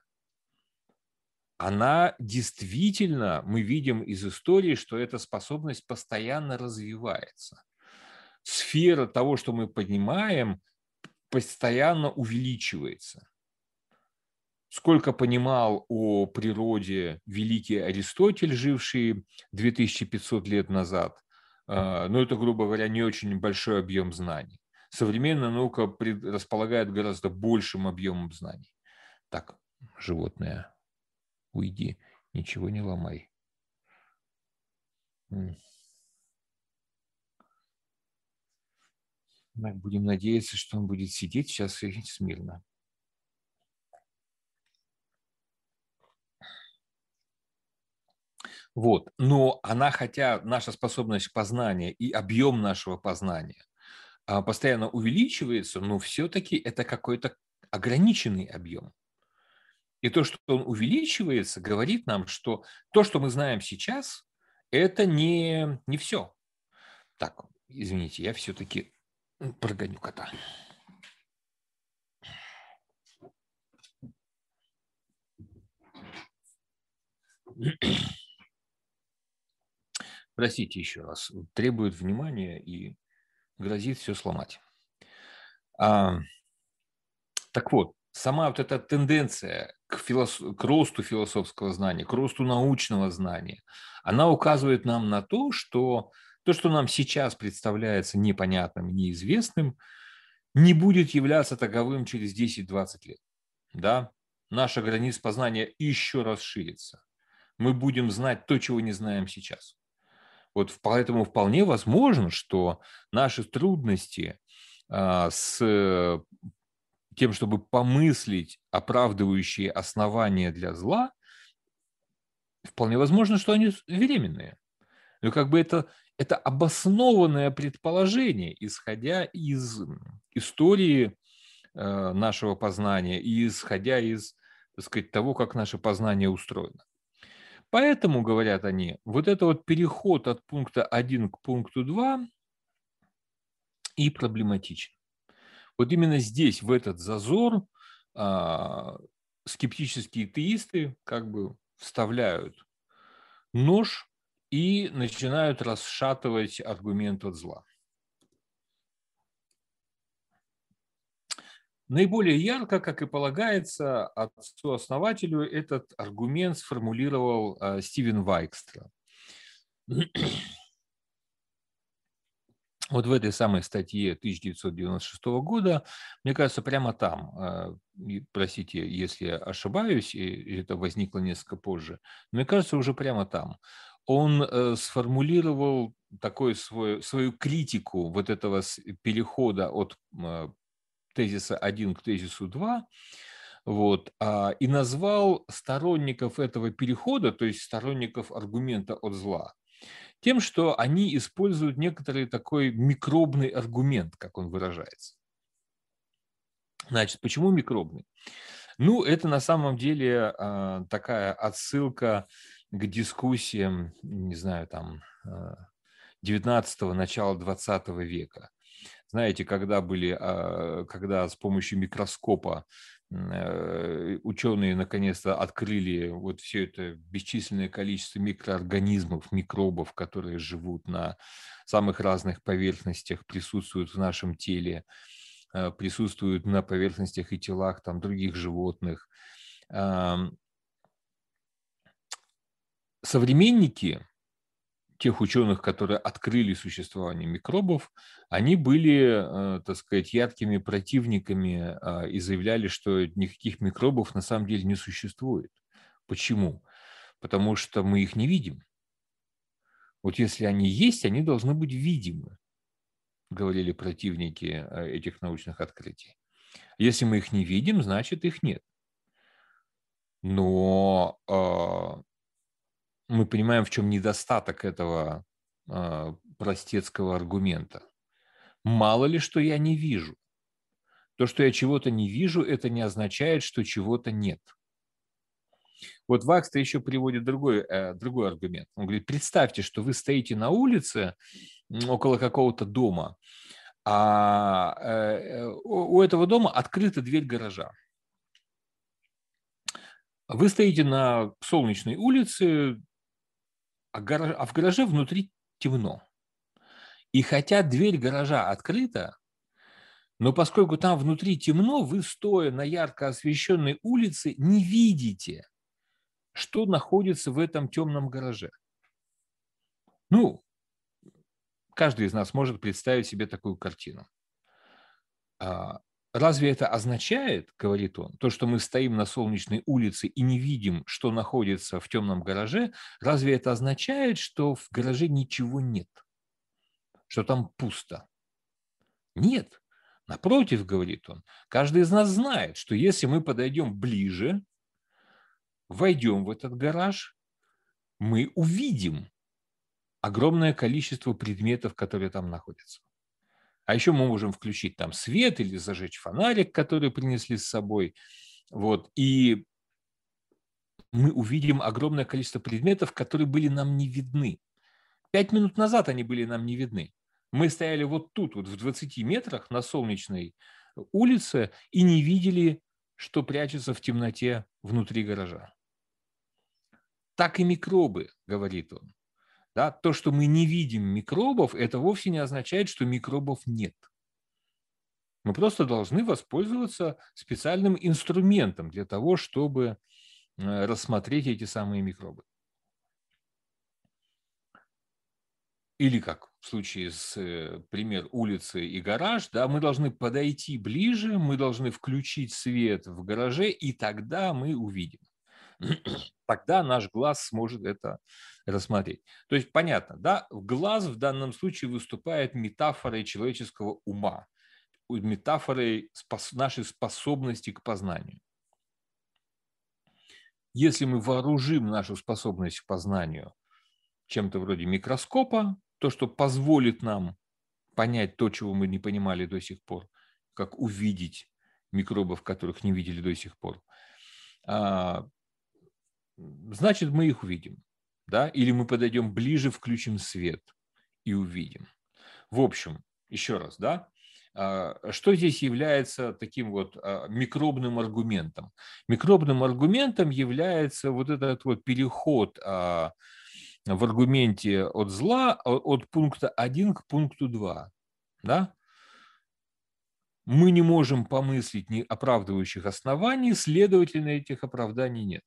Она действительно, мы видим из истории, что эта способность постоянно развивается. Сфера того, что мы понимаем, постоянно увеличивается. Сколько понимал о природе великий Аристотель, живший две тысячи пятьсот лет назад, но это, грубо говоря, не очень большой объем знаний. Современная наука располагает гораздо большим объемом знаний. Так, животное, уйди, ничего не ломай. Будем надеяться, что он будет сидеть сейчас и смирно. Вот. Но она, хотя наша способность познания и объем нашего познания постоянно увеличивается, но все-таки это какой-то ограниченный объем. И то, что он увеличивается, говорит нам, что то, что мы знаем сейчас, это не, не все. Так, извините, я все-таки прогоню кота. Простите еще раз, требует внимания и грозит все сломать. А, так вот, сама вот эта тенденция к, филос... к росту философского знания, к росту научного знания, она указывает нам на то, что то, что нам сейчас представляется непонятным, неизвестным, не будет являться таковым через десять-двадцать лет. Да? Наша граница познания еще расширится. Мы будем знать то, чего не знаем сейчас. Вот поэтому вполне возможно, что наши трудности а, с тем, чтобы помыслить оправдывающие основания для зла, вполне возможно, что они временные. Но как бы это, это обоснованное предположение, исходя из истории э, нашего познания и исходя из, так сказать, того, как наше познание устроено. Поэтому, говорят они, вот это вот переход от пункта один к пункту два и проблематичен. Вот именно здесь, в этот зазор, а, скептические теисты как бы вставляют нож и начинают расшатывать аргумент от зла. Наиболее ярко, как и полагается, отцу-основателю этот аргумент сформулировал а, Стивен Вайкстра. Вот в этой самой статье тысяча девятьсот девяносто шестого года, мне кажется, прямо там, простите, если я ошибаюсь, и это возникло несколько позже, мне кажется, уже прямо там, он сформулировал такой свой, свою критику вот этого перехода от тезиса один к тезису два, вот, и назвал сторонников этого перехода, то есть сторонников аргумента от зла, тем, что они используют некоторый такой микробный аргумент, как он выражается. Значит, почему микробный? Ну, это на самом деле э, такая отсылка к дискуссиям, не знаю, там, девятнадцатого, начала двадцатого века. знаете, когда были, когда с помощью микроскопа ученые наконец-то открыли вот все это бесчисленное количество микроорганизмов, микробов, которые живут на самых разных поверхностях, присутствуют в нашем теле, присутствуют на поверхностях и телах там, других животных. Современники тех ученых, которые открыли существование микробов, они были, так сказать, яркими противниками и заявляли, что никаких микробов на самом деле не существует. Почему? Потому что мы их не видим. Вот если они есть, они должны быть видимы, говорили противники этих научных открытий. Если мы их не видим, значит, их нет. Но мы понимаем, в чем недостаток этого э, простецкого аргумента. Мало ли, что я не вижу. То, что я чего-то не вижу, это не означает, что чего-то нет. Вот Вакстер еще приводит другой, э, другой аргумент. Он говорит, представьте, что вы стоите на улице около какого-то дома, а э, у этого дома открыта дверь гаража. Вы стоите на солнечной улице, а, гараж, а в гараже внутри темно. И хотя дверь гаража открыта, но поскольку там внутри темно, вы, стоя на ярко освещенной улице, не видите, что находится в этом темном гараже. Ну, каждый из нас может представить себе такую картину. Разве это означает, говорит он, то, что мы стоим на солнечной улице и не видим, что находится в темном гараже, разве это означает, что в гараже ничего нет, что там пусто? Нет. Напротив, говорит он, каждый из нас знает, что если мы подойдем ближе, войдем в этот гараж, мы увидим огромное количество предметов, которые там находятся. А еще мы можем включить там свет или зажечь фонарик, который принесли с собой. Вот. И мы увидим огромное количество предметов, которые были нам не видны. Пять минут назад они были нам не видны. Мы стояли вот тут, вот в двадцати метрах на солнечной улице и не видели, что прячется в темноте внутри гаража. Так и микробы, говорит он. Да, то, что мы не видим микробов, это вовсе не означает, что микробов нет. Мы просто должны воспользоваться специальным инструментом для того, чтобы рассмотреть эти самые микробы. Или как в случае с, пример, улицы и гараж, да, мы должны подойти ближе, мы должны включить свет в гараже, и тогда мы увидим. Тогда наш глаз сможет это рассмотреть. То есть понятно, да, глаз в данном случае выступает метафорой человеческого ума, метафорой нашей способности к познанию. Если мы вооружим нашу способность к познанию чем-то вроде микроскопа, то, что позволит нам понять то, чего мы не понимали до сих пор, как увидеть микробов, которых не видели до сих пор, значит, мы их увидим. Да? Или мы подойдем ближе, включим свет и увидим. В общем, еще раз, да, что здесь является таким вот микробным аргументом? Микробным аргументом является вот этот вот переход в аргументе от зла от пункта один к пункту два. Да? Мы не можем помыслить ни оправдывающих оснований, следовательно, этих оправданий нет.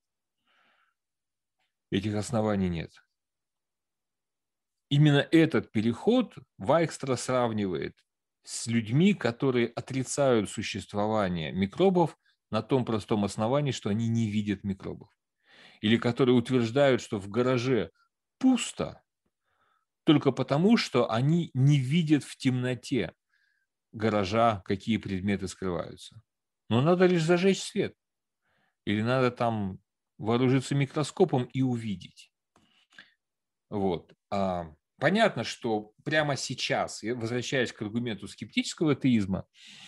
Этих оснований нет. Именно этот переход Вайкстра сравнивает с людьми, которые отрицают существование микробов на том простом основании, что они не видят микробов. Или которые утверждают, что в гараже пусто только потому, что они не видят в темноте гаража, какие предметы скрываются. Но надо лишь зажечь свет. Или надо там вооружиться микроскопом и увидеть. Вот. Понятно, что прямо сейчас, возвращаясь к аргументу скептического атеизма,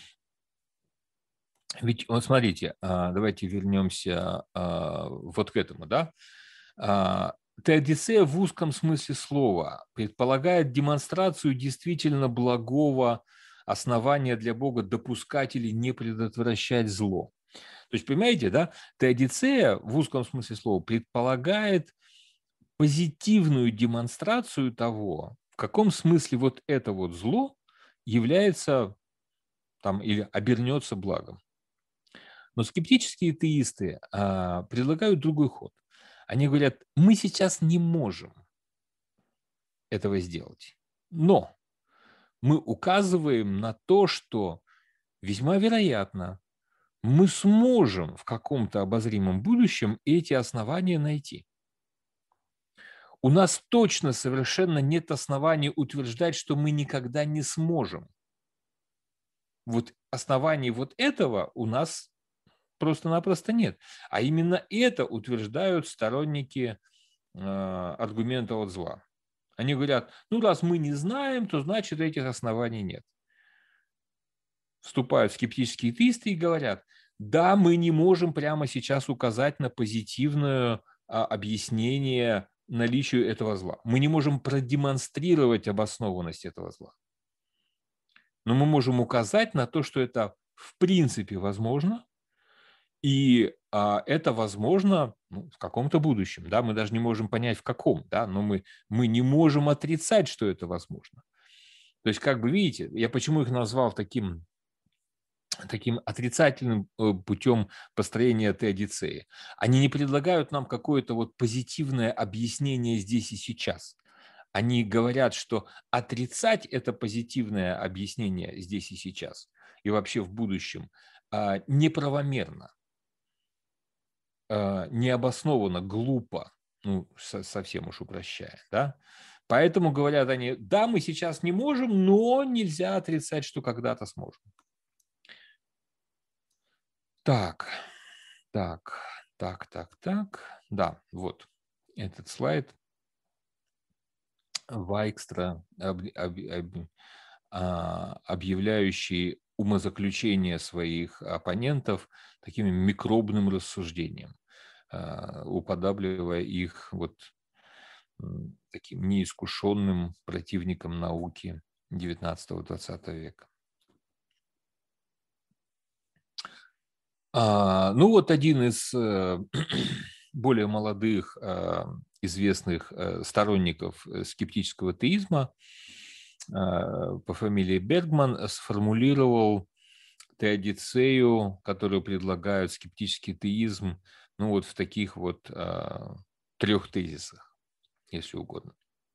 ведь, вот смотрите, давайте вернемся вот к этому, да? Теодицея в узком смысле слова предполагает демонстрацию действительно благого основания для Бога допускать или не предотвращать зло. То есть, понимаете, да, теодицея в узком смысле слова предполагает позитивную демонстрацию того, в каком смысле вот это вот зло является там или обернется благом. Но скептические теисты а, предлагают другой ход. Они говорят, мы сейчас не можем этого сделать, но мы указываем на то, что весьма вероятно, мы сможем в каком-то обозримом будущем эти основания найти. У нас точно совершенно нет оснований утверждать, что мы никогда не сможем. Вот оснований вот этого у нас просто-напросто нет. А именно это утверждают сторонники э, аргумента от зла. Они говорят, ну раз мы не знаем, то значит этих оснований нет. Вступают скептические теисты и говорят, да, мы не можем прямо сейчас указать на позитивное а, объяснение наличию этого зла. Мы не можем продемонстрировать обоснованность этого зла. Но мы можем указать на то, что это в принципе возможно, и а, это возможно ну, в каком-то будущем. Да? Мы даже не можем понять, в каком, да? Но мы, мы не можем отрицать, что это возможно. То есть, как бы видите, я почему их назвал таким, таким отрицательным путем построения теодицеи. Они не предлагают нам какое-то вот позитивное объяснение здесь и сейчас. Они говорят, что отрицать это позитивное объяснение здесь и сейчас и вообще в будущем неправомерно, необоснованно, глупо, ну, совсем уж упрощая, да? Поэтому говорят они, да, мы сейчас не можем, но нельзя отрицать, что когда-то сможем. Так, так, так, так, так, да, вот этот слайд. Вайкстра, объявляющий умозаключение своих оппонентов таким микробным рассуждением, уподабливая их вот таким неискушенным противникам науки девятнадцатого-двадцатого века. Ну вот один из более молодых известных сторонников скептического теизма по фамилии Бергман сформулировал теодицею, которую предлагают скептический теизм, ну вот в таких вот трех тезисах, если угодно.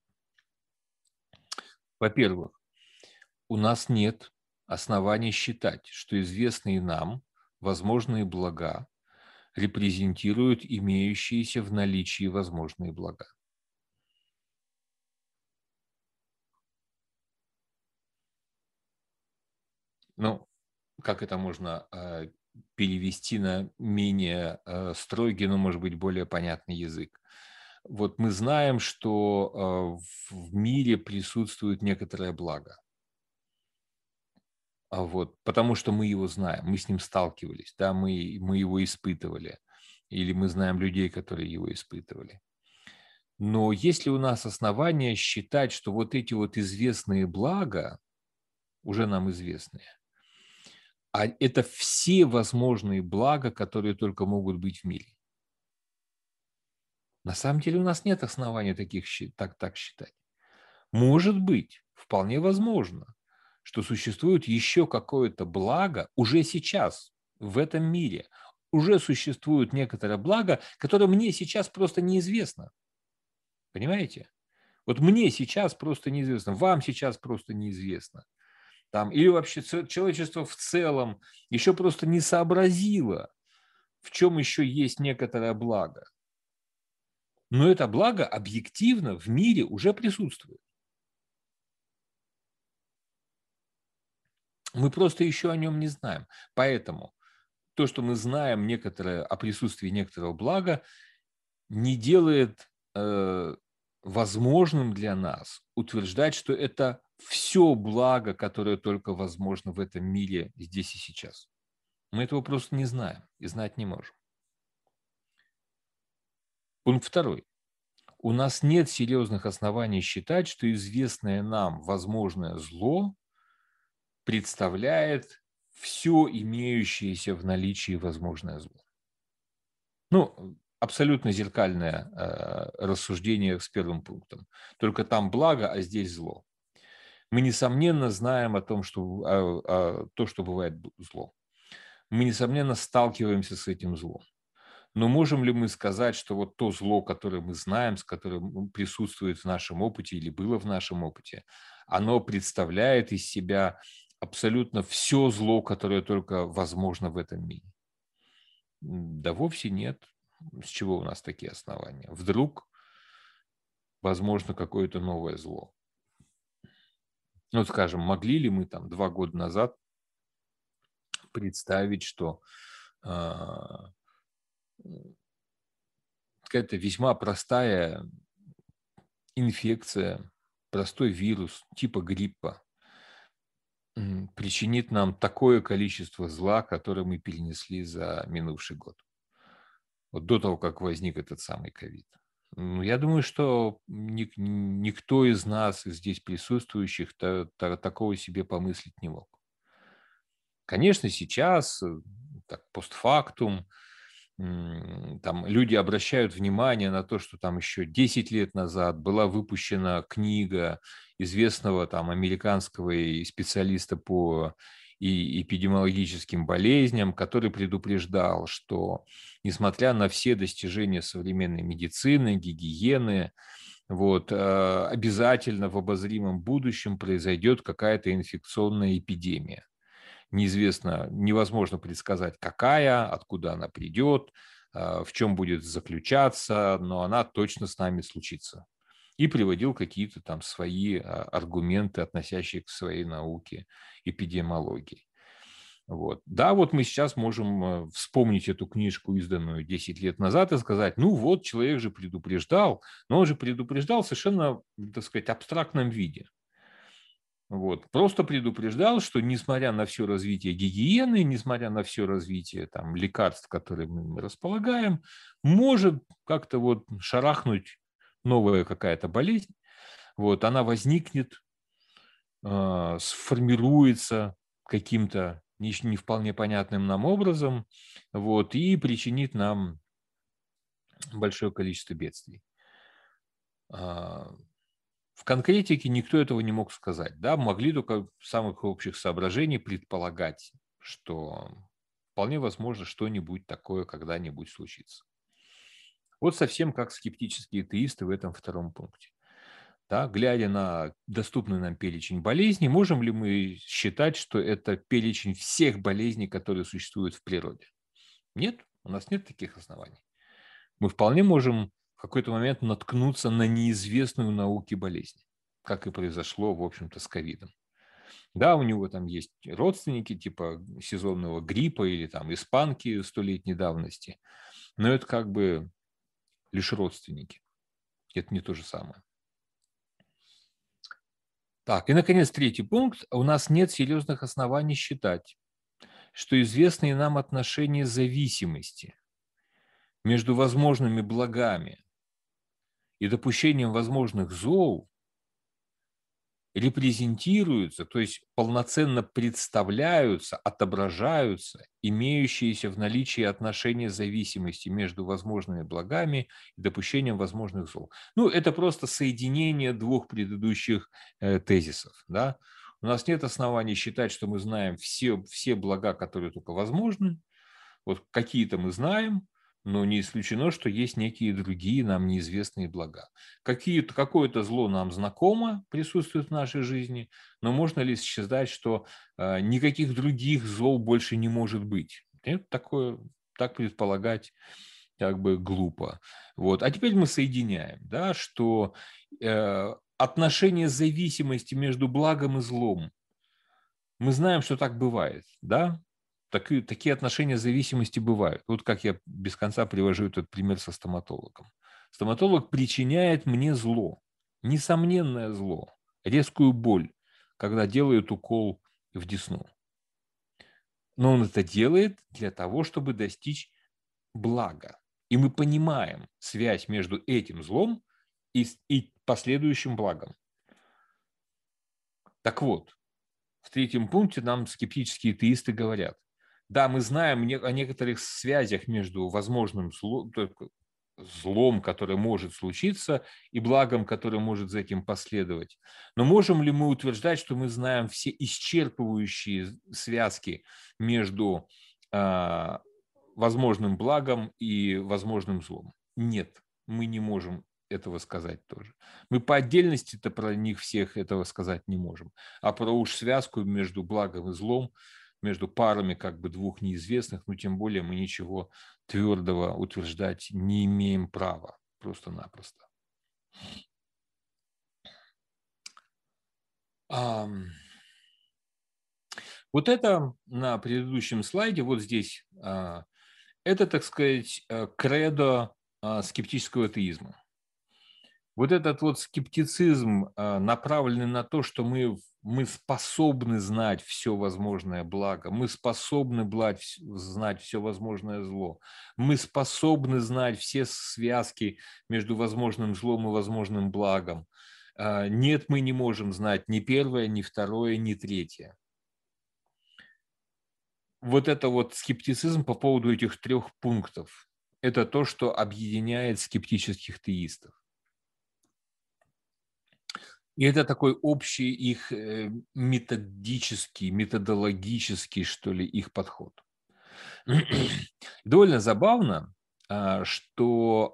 Во-первых, у нас нет оснований считать, что известные нам возможные блага репрезентируют имеющиеся в наличии возможные блага. Ну, как это можно э, перевести на менее э, строгий, но, может быть, более понятный язык? Вот мы знаем, что э, в мире присутствует некоторое благо. Вот, потому что мы его знаем, мы с ним сталкивались, да, мы, мы его испытывали, или мы знаем людей, которые его испытывали. Но есть ли у нас основания считать, что вот эти вот известные блага, уже нам известные, а это все возможные блага, которые только могут быть в мире? На самом деле у нас нет оснований таких, так, так считать. Может быть, вполне возможно, что существует еще какое-то благо уже сейчас, в этом мире. Уже существует некоторое благо, которое мне сейчас просто неизвестно. Понимаете? Вот мне сейчас просто неизвестно, вам сейчас просто неизвестно. Там, или вообще человечество в целом еще просто не сообразило, в чем еще есть некоторое благо. Но это благо объективно в мире уже присутствует. Мы просто еще о нем не знаем. Поэтому то, что мы знаем некоторое, о присутствии некоторого блага, не делает э, возможным для нас утверждать, что это все благо, которое только возможно в этом мире здесь и сейчас. Мы этого просто не знаем и знать не можем. Пункт второй. У нас нет серьезных оснований считать, что известное нам возможное зло представляет все имеющееся в наличии возможное зло. Ну, абсолютно зеркальное э, рассуждение с первым пунктом. Только там благо, а здесь зло. Мы, несомненно, знаем о том, что, о, о, то, что бывает зло. Мы, несомненно, сталкиваемся с этим злом. Но можем ли мы сказать, что вот то зло, которое мы знаем, с которым присутствует в нашем опыте или было в нашем опыте, оно представляет из себя абсолютно все зло, которое только возможно в этом мире? Да вовсе нет. С чего у нас такие основания? Вдруг возможно какое-то новое зло. Ну, скажем, могли ли мы там два года назад представить, что а, какая-то весьма простая инфекция, простой вирус типа гриппа м, причинит нам такое количество зла, которое мы перенесли за минувший год, вот до того, как возник этот самый ковид. Ну, я думаю, что ник- никто из нас, из здесь присутствующих, та- та- такого себе помыслить не мог. Конечно, сейчас, э, так, постфактум, м, там люди обращают внимание на то, что там еще десять лет назад была выпущена книга известного там американского и специалиста по и эпидемиологическим болезням, который предупреждал, что несмотря на все достижения современной медицины, гигиены, вот, э, обязательно в обозримом будущем произойдет какая-то инфекционная эпидемия. Неизвестно, невозможно предсказать, какая, откуда она придет, в чем будет заключаться, но она точно с нами случится. И приводил какие-то там свои аргументы, относящиеся к своей науке, эпидемиологии. Вот. Да, вот мы сейчас можем вспомнить эту книжку, изданную десять лет назад, и сказать, ну вот, человек же предупреждал, но он же предупреждал в совершенно, так сказать, абстрактном виде. Вот. Просто предупреждал, что несмотря на все развитие гигиены, несмотря на все развитие там, лекарств, которыми мы располагаем, может как-то вот шарахнуть новая какая-то болезнь. Вот. Она возникнет, э, сформируется каким-то не, не вполне понятным нам образом, вот, и причинит нам большое количество бедствий. В конкретике никто этого не мог сказать. Да? Могли только в самых общих соображениях предполагать, что вполне возможно что-нибудь такое когда-нибудь случится. Вот совсем как скептические атеисты в этом втором пункте. Да? Глядя на доступный нам перечень болезней, можем ли мы считать, что это перечень всех болезней, которые существуют в природе? Нет, у нас нет таких оснований. Мы вполне можем в какой-то момент наткнуться на неизвестную науке болезнь, как и произошло, в общем-то, с ковидом. Да, у него там есть родственники типа сезонного гриппа или там испанки столетней давности, но это как бы лишь родственники. Это не то же самое. Так, и, наконец, третий пункт. У нас нет серьезных оснований считать, что известные нам отношения зависимости между возможными благами и допущением возможных зол репрезентируются, то есть полноценно представляются, отображаются имеющиеся в наличии отношения зависимости между возможными благами и допущением возможных зол. Ну, это просто соединение двух предыдущих э, тезисов. Да? У нас нет оснований считать, что мы знаем все, все блага, которые только возможны. Вот какие-то мы знаем, но не исключено, что есть некие другие нам неизвестные блага. Какие-то, какое-то зло нам знакомо, присутствует в нашей жизни, но можно ли считать, что э, никаких других зол больше не может быть? Это такое, так предполагать как бы глупо. Вот. А теперь мы соединяем, да, что э, отношение зависимости между благом и злом, мы знаем, что так бывает, да? Такие, такие отношения зависимости бывают. Вот как я без конца привожу этот пример со стоматологом. Стоматолог причиняет мне зло, несомненное зло, резкую боль, когда делает укол в десну. Но он это делает для того, чтобы достичь блага. И мы понимаем связь между этим злом и, и последующим благом. Так вот, в третьем пункте нам скептические теисты говорят: да, мы знаем о некоторых связях между возможным злом, злом, которое может случиться, и благом, которое может за этим последовать. Но можем ли мы утверждать, что мы знаем все исчерпывающие связки между э, возможным благом и возможным злом? Нет, мы не можем этого сказать тоже. Мы по отдельности-то про них всех этого сказать не можем. А про уж связку между благом и злом, между парами как бы двух неизвестных, ну тем более мы ничего твердого утверждать не имеем права, просто-напросто. Вот это на предыдущем слайде, вот здесь, это, так сказать, кредо скептического атеизма. Вот этот вот скептицизм, направленный на то, что мы, мы способны знать все возможное благо, мы способны знать все возможное зло, мы способны знать все связки между возможным злом и возможным благом. Нет, мы не можем знать ни первое, ни второе, ни третье. Вот это вот скептицизм по поводу этих трех пунктов. Это то, что объединяет скептических теистов. И это такой общий их методический, методологический, что ли, их подход. Довольно забавно, что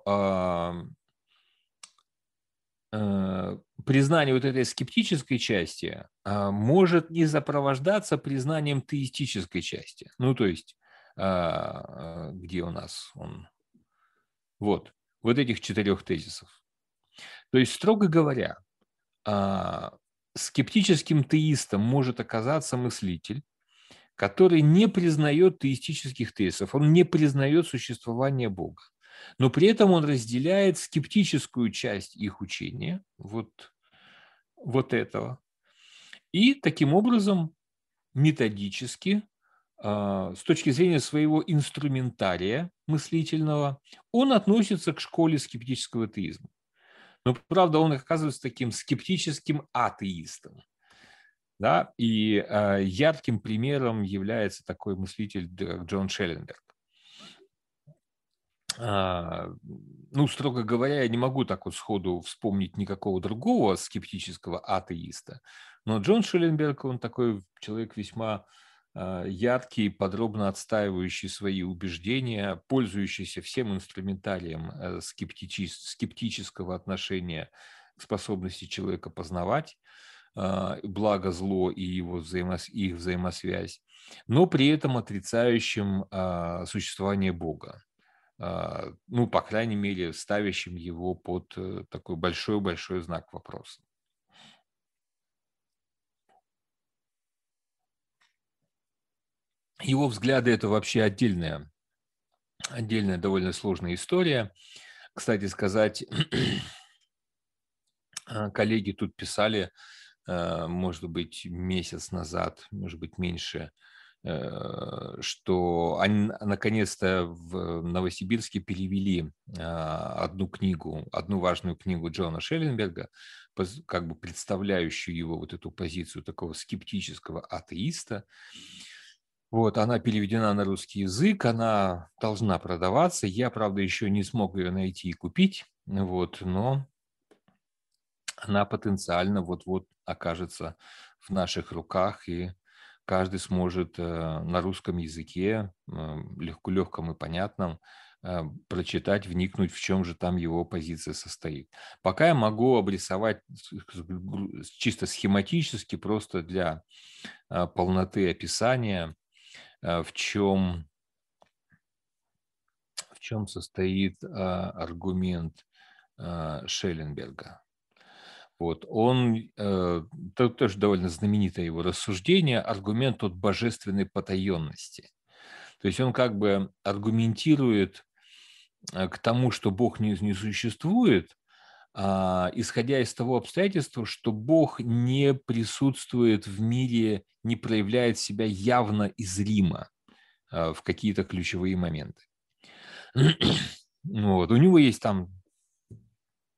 признание вот этой скептической части может не сопровождаться признанием теистической части. Ну, то есть, где у нас он? Вот, вот этих четырех тезисов. То есть, строго говоря, скептическим теистом может оказаться мыслитель, который не признает теистических тезисов, он не признает существование Бога, но при этом он разделяет скептическую часть их учения, вот, вот этого, и таким образом методически, с точки зрения своего инструментария мыслительного, он относится к школе скептического теизма. Но, правда, он оказывается таким скептическим атеистом. Да? И э, ярким примером является такой мыслитель, как Джон Шелленберг. А, ну, строго говоря, я не могу так вот сходу вспомнить никакого другого скептического атеиста, но Джон Шелленберг, он такой человек весьма э, яркий, подробно отстаивающий свои убеждения, пользующийся всем инструментарием э, скептичес- скептического отношения к способности человека познавать э, благо, зло и его взаимос- их взаимосвязь, но при этом отрицающим э, существование Бога. Ну, по крайней мере, ставящим его под такой большой-большой знак вопроса. Его взгляды – это вообще отдельная, отдельная довольно сложная история. Кстати сказать, коллеги тут писали, может быть, месяц назад, может быть, меньше, что они наконец-то в Новосибирске перевели одну книгу, одну важную книгу Джона Шелленберга, как бы представляющую его вот эту позицию такого скептического атеиста. Вот, она переведена на русский язык, она должна продаваться. Я, правда, еще не смог ее найти и купить, вот, но она потенциально вот-вот окажется в наших руках, и каждый сможет на русском языке, легко, легком и понятном, прочитать, вникнуть, в чем же там его позиция состоит. Пока я могу обрисовать чисто схематически, просто для полноты описания, в чем, в чем состоит аргумент Шелленберга. Вот, он, э, тоже довольно знаменитое его рассуждение, аргумент от божественной потаенности. То есть он как бы аргументирует к тому, что Бог не, не существует, а, исходя из того обстоятельства, что Бог не присутствует в мире, не проявляет себя явно и зримо а, в какие-то ключевые моменты. Вот. У него есть там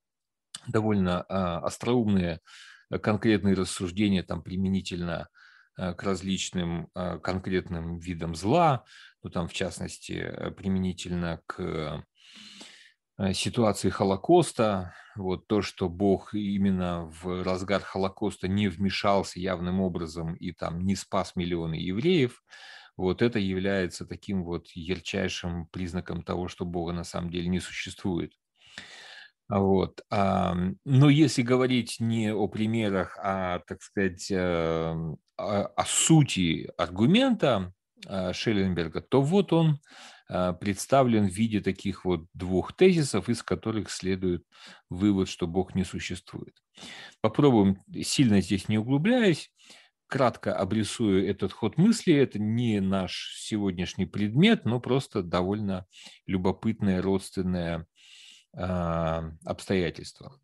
довольно а, остроумные конкретные рассуждения там применительно к различным конкретным видам зла, ну, там, в частности, применительно к ситуации Холокоста, вот то, что Бог именно в разгар Холокоста не вмешался явным образом и там не спас миллионы евреев, вот это является таким вот ярчайшим признаком того, что Бога на самом деле не существует. Вот. Но если говорить не о примерах, а, так сказать, о, о сути аргумента Шелленберга, то вот он представлен в виде таких вот двух тезисов, из которых следует вывод, что Бог не существует. Попробуем, сильно здесь не углубляясь, кратко обрисую этот ход мысли. Это не наш сегодняшний предмет, но просто довольно любопытное родственное обстоятельства.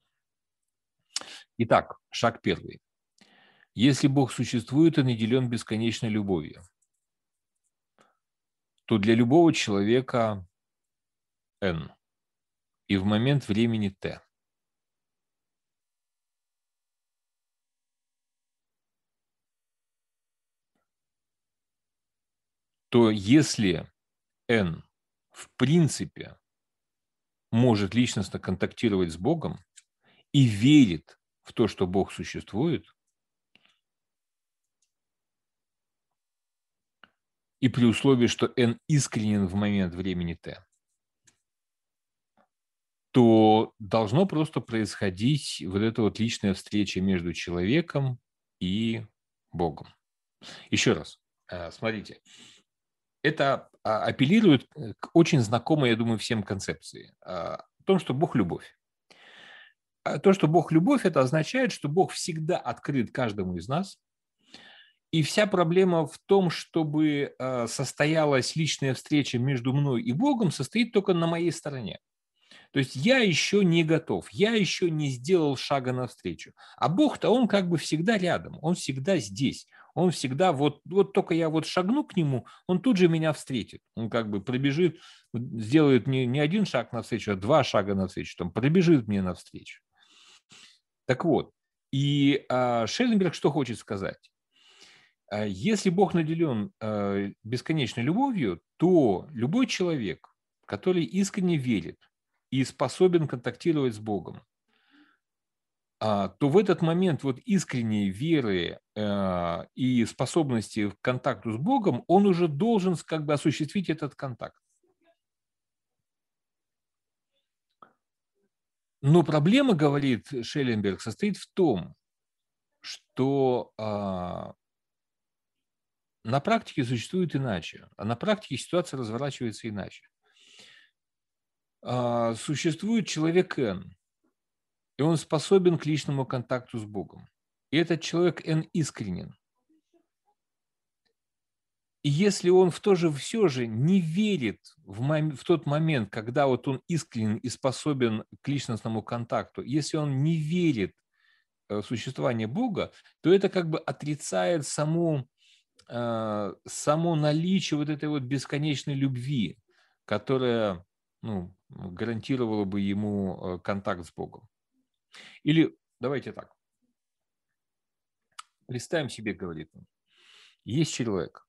Итак, шаг первый. Если Бог существует и наделен бесконечной любовью, то для любого человека N и в момент времени T то если N в принципе может личностно контактировать с Богом и верит в то, что Бог существует, и при условии, что N искренен в момент времени T, то должно просто происходить вот эта вот личная встреча между человеком и Богом. Еще раз, смотрите, это апеллирует к очень знакомой, я думаю, всем концепции о том, что Бог – любовь. То, что Бог – любовь, это означает, что Бог всегда открыт каждому из нас, и вся проблема в том, чтобы состоялась личная встреча между мной и Богом, состоит только на моей стороне. То есть я еще не готов, я еще не сделал шага навстречу. А Бог-то, он как бы всегда рядом, он всегда здесь. Он всегда, вот, вот только я вот шагну к нему, он тут же меня встретит. Он как бы пробежит, сделает не, не один шаг навстречу, а два шага навстречу, там, пробежит мне навстречу. Так вот, и а, Шелленберг что хочет сказать? Если Бог наделен а, бесконечной любовью, то любой человек, который искренне верит и способен контактировать с Богом, то в этот момент вот искренней веры и способности к контакту с Богом он уже должен как бы осуществить этот контакт. Но проблема, говорит Шелленберг, состоит в том, что на практике существует иначе, а на практике ситуация разворачивается иначе. Существует человек N, и он способен к личному контакту с Богом. И этот человек N искренен. И если он в то же все же не верит в, мом- в тот момент, когда вот он искренен и способен к личностному контакту, если он не верит в существование Бога, то это как бы отрицает само, э, само наличие вот этой вот бесконечной любви, которая, ну, гарантировала бы ему контакт с Богом. Или давайте так. Представим себе, говорит он, есть человек,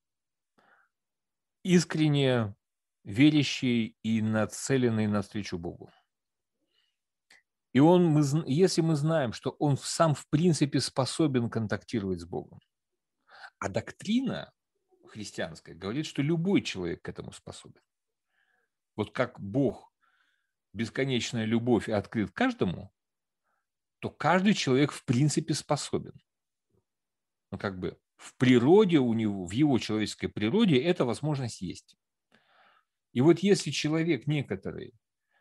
искренне верящий и нацеленный навстречу Богу. И он, мы, если мы знаем, что он сам в принципе способен контактировать с Богом, а доктрина христианская говорит, что любой человек к этому способен. Вот как Бог, бесконечная любовь и открыт каждому, то каждый человек в принципе способен. Ну, как бы в природе у него, в его человеческой природе эта возможность есть. И вот если человек некоторый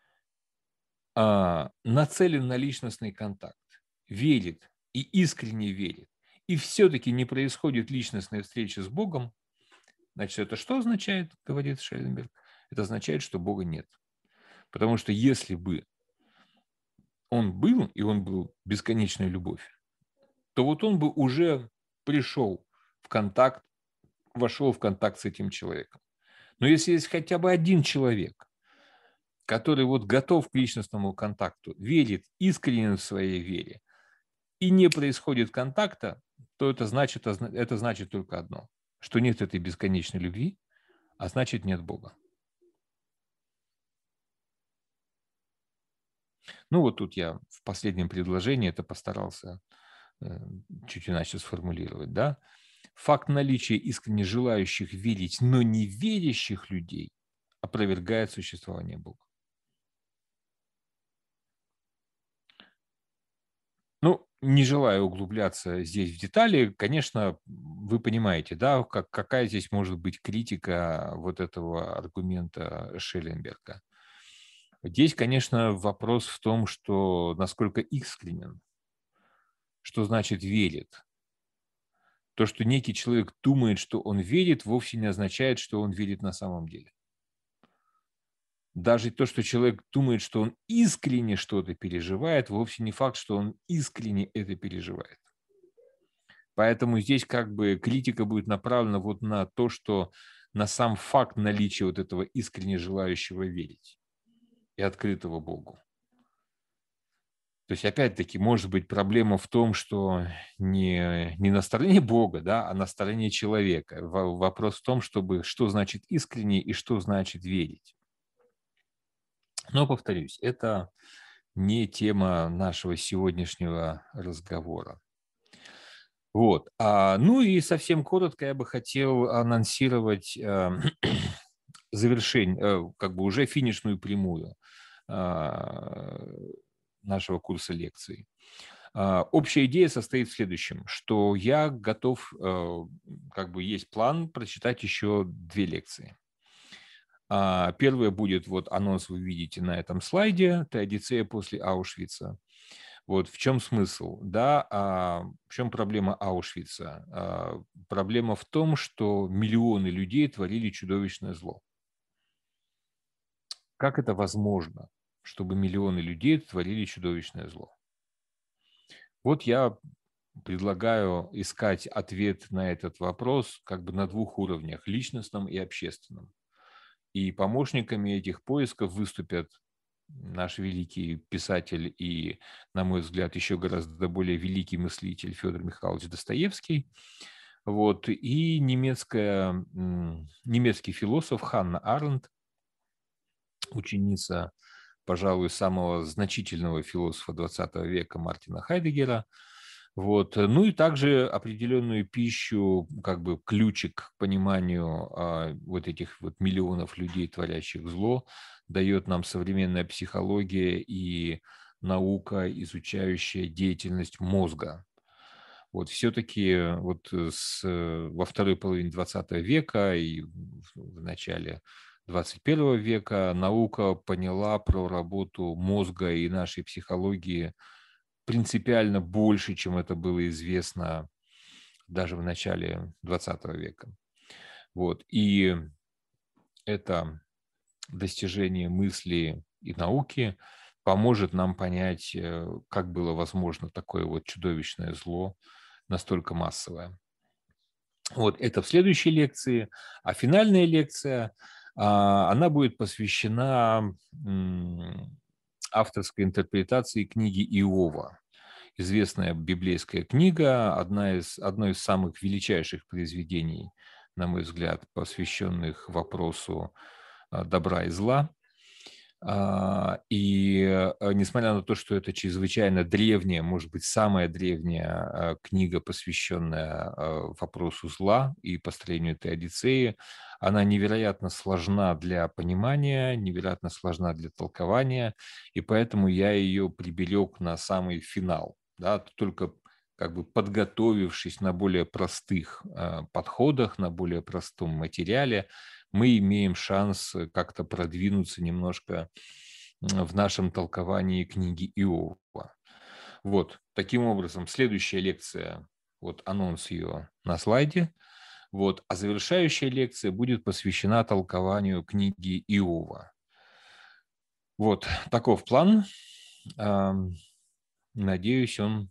а, нацелен на личностный контакт, верит и искренне верит, и все-таки не происходит личностная встреча с Богом, значит, это что означает, говорит Шелленберг? Это означает, что Бога нет. Потому что если бы он был, и он был бесконечная любовь, то вот он бы уже пришел в контакт, вошел в контакт с этим человеком. Но если есть хотя бы один человек, который вот готов к личностному контакту, верит искренне в своей вере, и не происходит контакта, то это значит, это значит только одно, что нет этой бесконечной любви, а значит нет Бога. Ну вот тут я в последнем предложении это постарался э, чуть иначе сформулировать, да? Факт наличия искренне желающих верить, но не верящих людей опровергает существование Бога. Ну, не желая углубляться здесь в детали, конечно, вы понимаете, да, как, какая здесь может быть критика вот этого аргумента Шелленберга. Здесь, конечно, вопрос в том, что насколько искренен, что значит верит. То, что некий человек думает, что он верит, вовсе не означает, что он верит на самом деле. Даже то, что человек думает, что он искренне что-то переживает, вовсе не факт, что он искренне это переживает. Поэтому здесь как бы критика будет направлена вот на то, что на сам факт наличия вот этого искренне желающего верить и открытого Богу. То есть, опять-таки, может быть проблема в том, что не, не на стороне Бога, да, а на стороне человека. Вопрос в том, чтобы, что значит искренне и что значит верить. Но, повторюсь, это не тема нашего сегодняшнего разговора. Вот. А, ну и совсем коротко я бы хотел анонсировать э, завершение, э, как бы уже финишную прямую э, нашего курса лекций. Э, общая идея состоит в следующем, что я готов, э, как бы есть план прочитать еще две лекции. Э, первая будет, вот анонс вы видите на этом слайде, «Теодицея после Аушвица». Вот в чем смысл, да, а в чем проблема Аушвица? А, проблема в том, что миллионы людей творили чудовищное зло. Как это возможно, чтобы миллионы людей творили чудовищное зло? Вот я предлагаю искать ответ на этот вопрос как бы на двух уровнях, личностном и общественном. И помощниками этих поисков выступят наш великий писатель и, на мой взгляд, еще гораздо более великий мыслитель Федор Михайлович Достоевский, вот, и немецкая, немецкий философ Ханна Аренд, ученица, пожалуй, самого значительного философа двадцатого века Мартина Хайдеггера. Вот. Ну и также определенную пищу, как бы ключик к пониманию а, вот этих вот миллионов людей, творящих зло, дает нам современная психология и наука, изучающая деятельность мозга. Вот все-таки вот с, во второй половине двадцатого века и в начале двадцать первого века наука поняла про работу мозга и нашей психологии принципиально больше, чем это было известно даже в начале двадцатого века. Вот. И это достижение мысли и науки поможет нам понять, как было возможно такое вот чудовищное зло, настолько массовое. Вот это в следующей лекции. А финальная лекция, она будет посвящена авторской интерпретации книги Иова. Известная библейская книга, одна из, одно из самых величайших произведений, на мой взгляд, посвященных вопросу добра и зла. И несмотря на то, что это чрезвычайно древняя, может быть, самая древняя книга, посвященная вопросу зла и построению Теодицеи, она невероятно сложна для понимания, невероятно сложна для толкования, и поэтому я ее приберег на самый финал. Да, только как бы подготовившись на более простых подходах, на более простом материале, мы имеем шанс как-то продвинуться немножко в нашем толковании книги Иова. Вот, таким образом, следующая лекция, вот анонс ее на слайде, вот, а завершающая лекция будет посвящена толкованию книги Иова. Вот, таков план. Надеюсь, он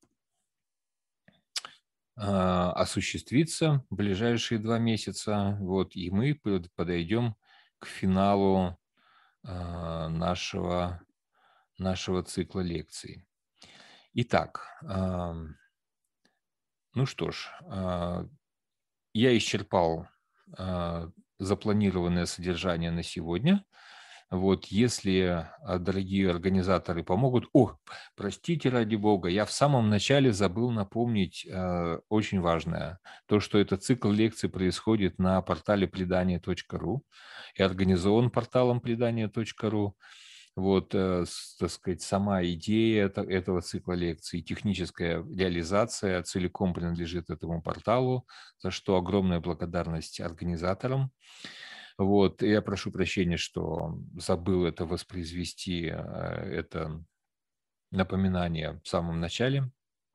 осуществится в ближайшие два месяца, вот, и мы подойдем к финалу нашего, нашего цикла лекций. Итак, Ну что ж, я исчерпал запланированное содержание на сегодня. Вот, если дорогие организаторы помогут... О, простите, ради бога, я в самом начале забыл напомнить э, очень важное. То, что этот цикл лекций происходит на портале предания точка ру и организован порталом предания точка ру. Вот, э, с, так сказать, сама идея это, этого цикла лекций, техническая реализация целиком принадлежит этому порталу, за что огромная благодарность организаторам. Вот, я прошу прощения, что забыл это воспроизвести, это напоминание в самом начале.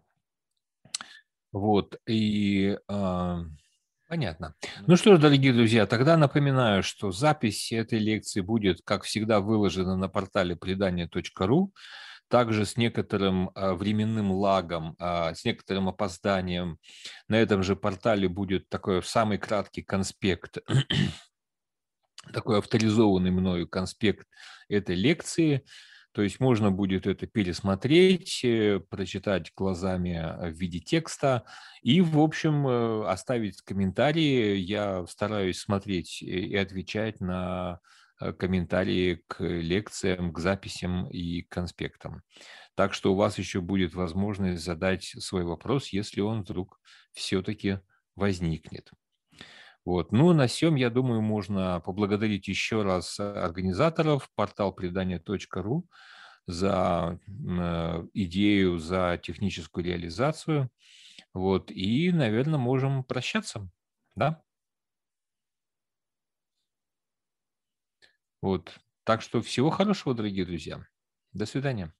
Вот, и э, понятно. Ну что ж, дорогие друзья, тогда напоминаю, что запись этой лекции будет, как всегда, выложена на портале предания точка ру, также с некоторым э, временным лагом, э, с некоторым опозданием. На этом же портале будет такой самый краткий конспект, такой авторизованный мною конспект этой лекции. То есть можно будет это пересмотреть, прочитать глазами в виде текста и, в общем, оставить комментарии. Я стараюсь смотреть и отвечать на комментарии к лекциям, к записям и конспектам. Так что у вас еще будет возможность задать свой вопрос, если он вдруг все-таки возникнет. Вот. Ну, на сём, я думаю, можно поблагодарить еще раз организаторов, портал предания точка ру за э, идею, за техническую реализацию. Вот. И, наверное, можем прощаться. Да? Вот. Так что всего хорошего, дорогие друзья. До свидания.